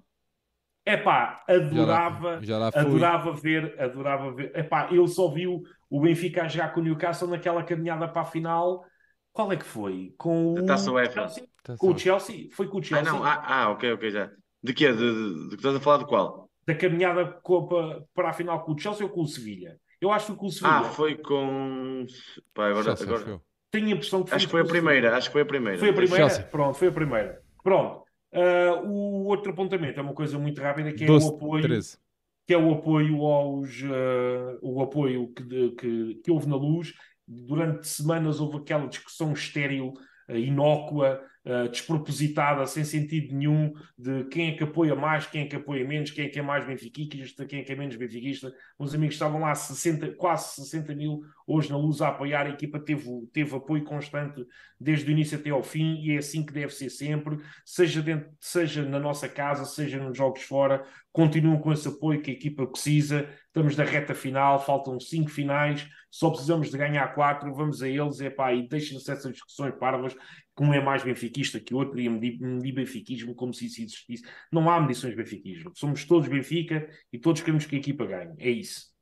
Epá, adorava, já lá, já lá adorava ver, adorava ver. Epá, eu só vi o, o Benfica a jogar com o Newcastle naquela caminhada para a final. Qual é que foi? Com o Taça UEFA. Com o Chelsea? Foi com o Chelsea? Ah, não. Ah, ah ok, ok, já. De quê? De, de, de, de que estás a falar de qual? Da caminhada para, para a final com o Chelsea ou com o Sevilha? Eu acho que foi com o Sevilha. Ah, foi com... Pá, agora, Chelsea, agora... acho eu. Tenho a impressão que Acho fomos que foi a com o Sevilha. primeira, acho que foi a primeira. Foi a não tens- primeira? Chelsea. Pronto, foi a primeira. Pronto. Ah, o outro apontamento é uma coisa muito rápida, que é o doze, apoio, treze. que é o apoio aos ah, o apoio que, de- que, que houve na Luz. Durante semanas houve aquela discussão estéril, ah, inócua, ah, despropositada, sem sentido nenhum, de quem é que apoia mais, quem é que apoia menos, quem é que é mais benfiquista, quem é que é menos benfiquista. Os amigos estavam lá sessenta, quase sessenta mil hoje na Luz a apoiar. A equipa teve, teve apoio constante desde o início até ao fim, e é assim que deve ser sempre, seja, dentro, seja na nossa casa, seja nos jogos fora. Continuam com esse apoio que a equipa precisa. Estamos na reta final, faltam cinco finais, só precisamos de ganhar quatro, vamos a eles, epá, e deixem-se essas discussões parvas, que um é mais benfiquista que o outro, e medir, medir benfiquismo como se isso existisse. Não há medições de benfiquismo. Somos todos Benfica e todos queremos que a equipa ganhe. É isso.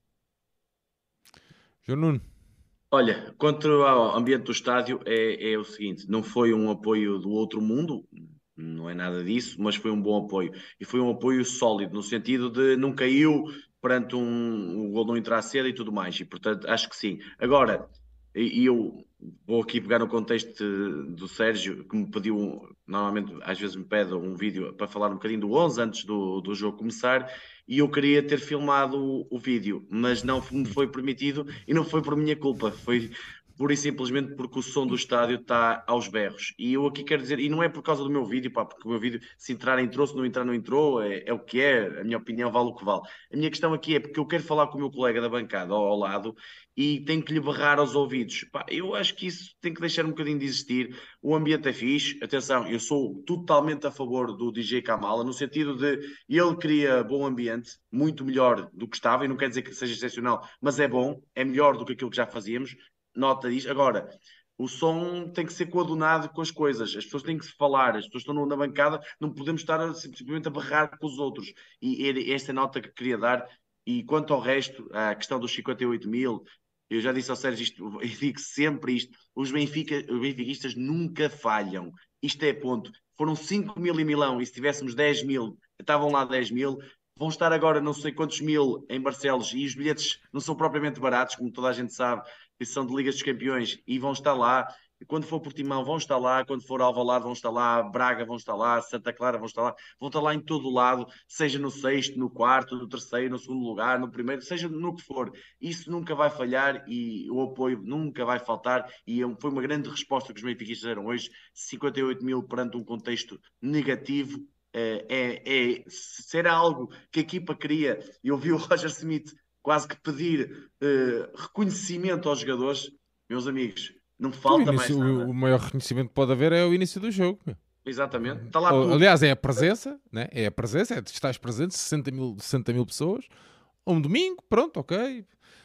João Nuno. Olha, quanto ao ambiente do estádio, é, é o seguinte: não foi um apoio do outro mundo, não é nada disso, mas foi um bom apoio. E foi um apoio sólido, no sentido de não caiu perante um, o gol não entrar cedo e tudo mais. E portanto, acho que sim. Agora, e e eu vou aqui pegar no contexto do Sérgio, que me pediu, normalmente às vezes me pede um vídeo para falar um bocadinho do onze antes do, do jogo começar, e eu queria ter filmado o, o vídeo, mas não me foi permitido e não foi por minha culpa, foi pura e simplesmente porque o som do estádio está aos berros. E eu aqui quero dizer, e não é por causa do meu vídeo, pá, porque o meu vídeo, se entrar, entrou, se não entrar, não entrou, é, é o que é, a minha opinião vale o que vale. A minha questão aqui é porque eu quero falar com o meu colega da bancada ao, ao lado e tenho que lhe berrar aos ouvidos. Pá, eu acho que isso tem que deixar um bocadinho de existir. O ambiente é fixe, atenção, eu sou totalmente a favor do D J Kamala, no sentido de ele cria bom ambiente, muito melhor do que estava, e não quer dizer que seja excepcional, mas é bom, é melhor do que aquilo que já fazíamos. Nota disso. Agora, o som tem que ser coadunado com as coisas, as pessoas têm que se falar, as pessoas estão na bancada, não podemos estar a, simplesmente a berrar com os outros. E era esta nota que queria dar. E quanto ao resto, a questão dos cinquenta e oito mil, eu já disse ao Sérgio isto, e digo sempre isto: os, Benfica, os benfiquistas nunca falham. Isto é ponto. Foram cinco mil em Milão, e se tivéssemos dez mil, estavam lá dez mil. Vão estar agora não sei quantos mil em Barcelos, e os bilhetes não são propriamente baratos, como toda a gente sabe, que são de Ligas dos Campeões, e vão estar lá. E quando for Portimão vão estar lá, quando for Alvalade vão estar lá, Braga vão estar lá, Santa Clara vão estar lá, vão estar lá em todo o lado, seja no sexto, no quarto, no terceiro, no segundo lugar, no primeiro, seja no que for. Isso nunca vai falhar e o apoio nunca vai faltar, e foi uma grande resposta que os benfiquistas deram hoje. cinquenta e oito mil perante um contexto negativo, é, é, é, se era algo que a equipa queria. Eu vi o Roger Smith quase que pedir uh, reconhecimento aos jogadores. Meus amigos, não O, falta mais início, o, nada. o maior reconhecimento que pode haver é o início do jogo. Meu. Exatamente, está lá Ou, tudo. aliás, é a presença, né? É a presença, é, estás presente, sessenta mil, sessenta mil pessoas, um domingo, pronto, ok.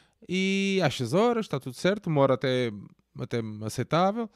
E às seis horas, está tudo certo, uma hora até, até aceitável.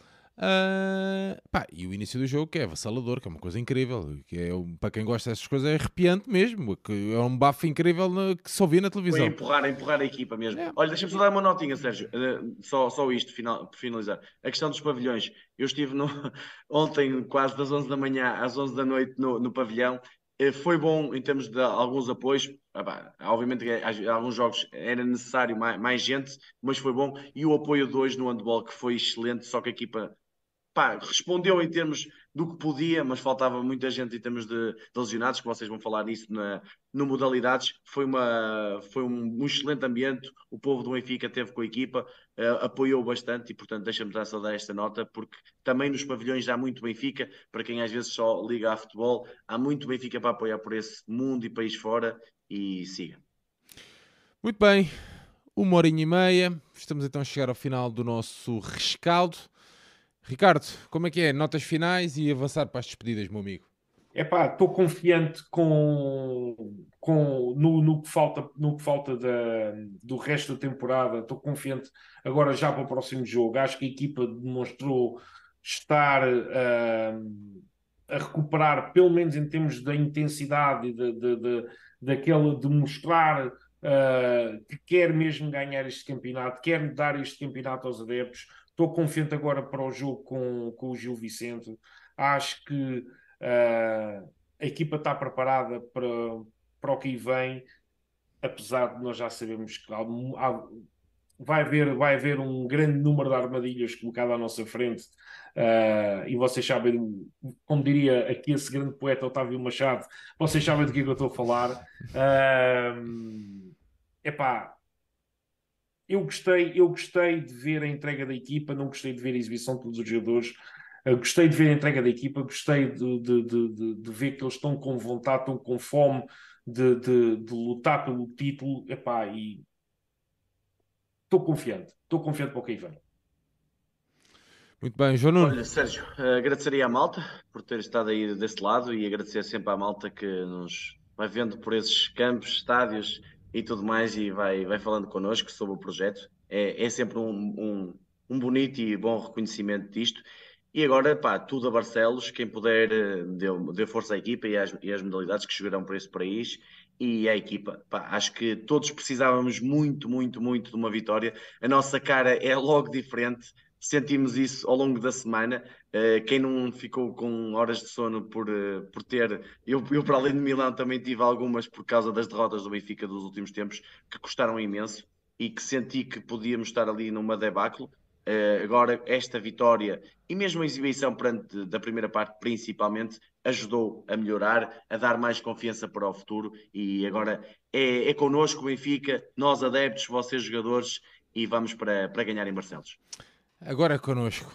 Ah, pá, e o início do jogo, que é avassalador, que é uma coisa incrível, que é, para quem gosta dessas coisas, é arrepiante mesmo, que é um bafo incrível na- que só vi na Foi televisão. empurrar, empurrar a equipa mesmo. É. Olha, deixa-me só dar uma notinha, Sérgio. Uh, só, só isto, final, por finalizar. A questão dos pavilhões. Eu estive no, ontem, quase das onze da manhã às onze da noite, no, no pavilhão. Uh, foi bom em termos de alguns apoios. Ah, pá, obviamente, em alguns jogos era necessário mais, mais gente, mas foi bom. E o apoio de hoje no handball, que foi excelente, só que a equipa, pá, respondeu em termos do que podia, mas faltava muita gente em termos de, de lesionados, que vocês vão falar nisso na, no modalidades. Foi, uma, foi um, um excelente ambiente, o povo do Benfica teve com a equipa, uh, apoiou bastante, e portanto deixa-me dar só dar esta nota, porque também nos pavilhões há muito Benfica, para quem às vezes só liga a futebol, há muito Benfica para apoiar por esse mundo e país fora, e siga. Muito bem, uma horinha e meia, estamos então a chegar ao final do nosso rescaldo. Ricardo, como é que é? Notas finais e avançar para as despedidas, meu amigo. Epá, estou confiante com, com, no, no que falta, no que falta da, do resto da temporada. Estou confiante agora já para o próximo jogo. Acho que a equipa demonstrou estar uh, a recuperar, pelo menos em termos da intensidade e de, de, de, daquele de mostrar uh, que quer mesmo ganhar este campeonato, quer dar este campeonato aos adeptos. Estou confiante agora para o jogo com, com o Gil Vicente. Acho que Uh, a equipa está preparada para, para o que aí vem. apesar de nós já sabermos que há, há, vai, haver, vai haver um grande número de armadilhas colocado à nossa frente, uh, e vocês sabem, como diria aqui esse grande poeta Otávio Machado, vocês sabem do que é que eu estou a falar. Uh, epá, eu gostei, eu gostei de ver a entrega da equipa, não gostei de ver a exibição de todos os jogadores. Uh, gostei de ver a entrega da equipa, gostei de, de, de, de, de ver que eles estão com vontade, estão com fome de, de, de lutar pelo título. Epá, e estou confiante, estou confiante para o que aí vem. Muito bem, João Nuno. Olha, Sérgio, agradeceria à malta por ter estado aí desse lado e agradecer sempre à malta que nos vai vendo por esses campos, estádios e tudo mais e vai, vai falando connosco sobre o projeto. É, é sempre um, um, um bonito e bom reconhecimento disto. E agora, pá, tudo a Barcelos, quem puder dê, dê força à equipa e às, e às modalidades que chegarão para esse país e à equipa. Pá, acho que todos precisávamos muito, muito, muito de uma vitória. A nossa cara é logo diferente. Sentimos isso ao longo da semana. Uh, quem não ficou com horas de sono por, uh, por ter... Eu, eu, para além de Milão, também tive algumas por causa das derrotas do Benfica dos últimos tempos, que custaram imenso e que senti que podíamos estar ali numa debacle. Uh, agora, esta vitória e mesmo a exibição perante, da primeira parte, principalmente, ajudou a melhorar, a dar mais confiança para o futuro. E agora é, é connosco o Benfica, nós adeptos, vocês jogadores, e vamos para, para ganhar em Barcelos. Agora é connosco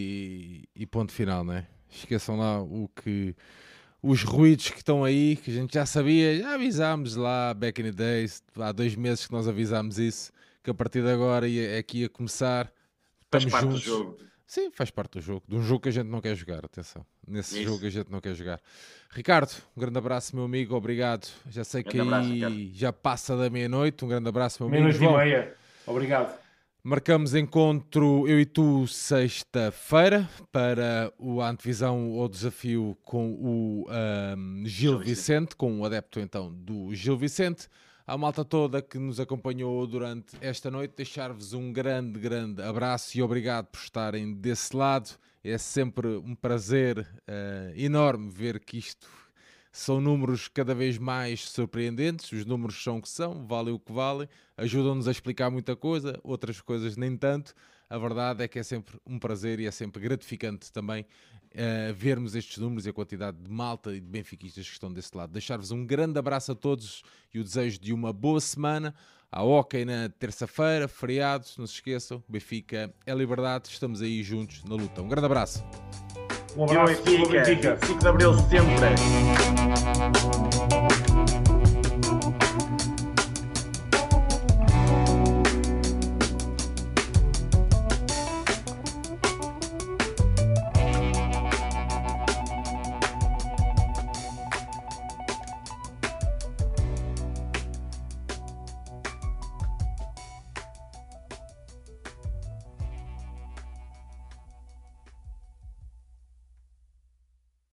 e, e ponto final, não é? Esqueçam lá o que, os ruídos que estão aí, que a gente já sabia, já avisámos lá back in the days, há dois meses que nós avisámos isso, que a partir de agora ia, é que ia começar. Faz Estamos parte juntos. do jogo. Sim, faz parte do jogo, de um jogo que a gente não quer jogar, atenção, nesse Isso. jogo a gente não quer jogar. Ricardo, um grande abraço, meu amigo, obrigado. Já sei Grande que aí abraço, Ricardo. já passa da meia-noite, um grande abraço, meu amigo. Meia-noite e João. meia. Obrigado. Marcamos encontro eu e tu sexta-feira para o antevisão ou desafio com o um, Gil Gil Vicente. Vicente, com o adepto então do Gil Vicente. À malta toda que nos acompanhou durante esta noite, deixar-vos um grande, grande abraço e obrigado por estarem desse lado. É sempre um prazer uh, enorme ver que isto são números cada vez mais surpreendentes, os números são o que são, valem o que valem, ajudam-nos a explicar muita coisa, outras coisas nem tanto. A verdade é que é sempre um prazer e é sempre gratificante também uh, vermos estes números e a quantidade de malta e de benfiquistas que estão desse lado. Deixar-vos um grande abraço a todos e o desejo de uma boa semana. Há hóquei na terça-feira, feriado, não se esqueçam, Benfica é liberdade, estamos aí juntos na luta. Um grande abraço. Um abraço, Benfica, cinco de Abril sempre.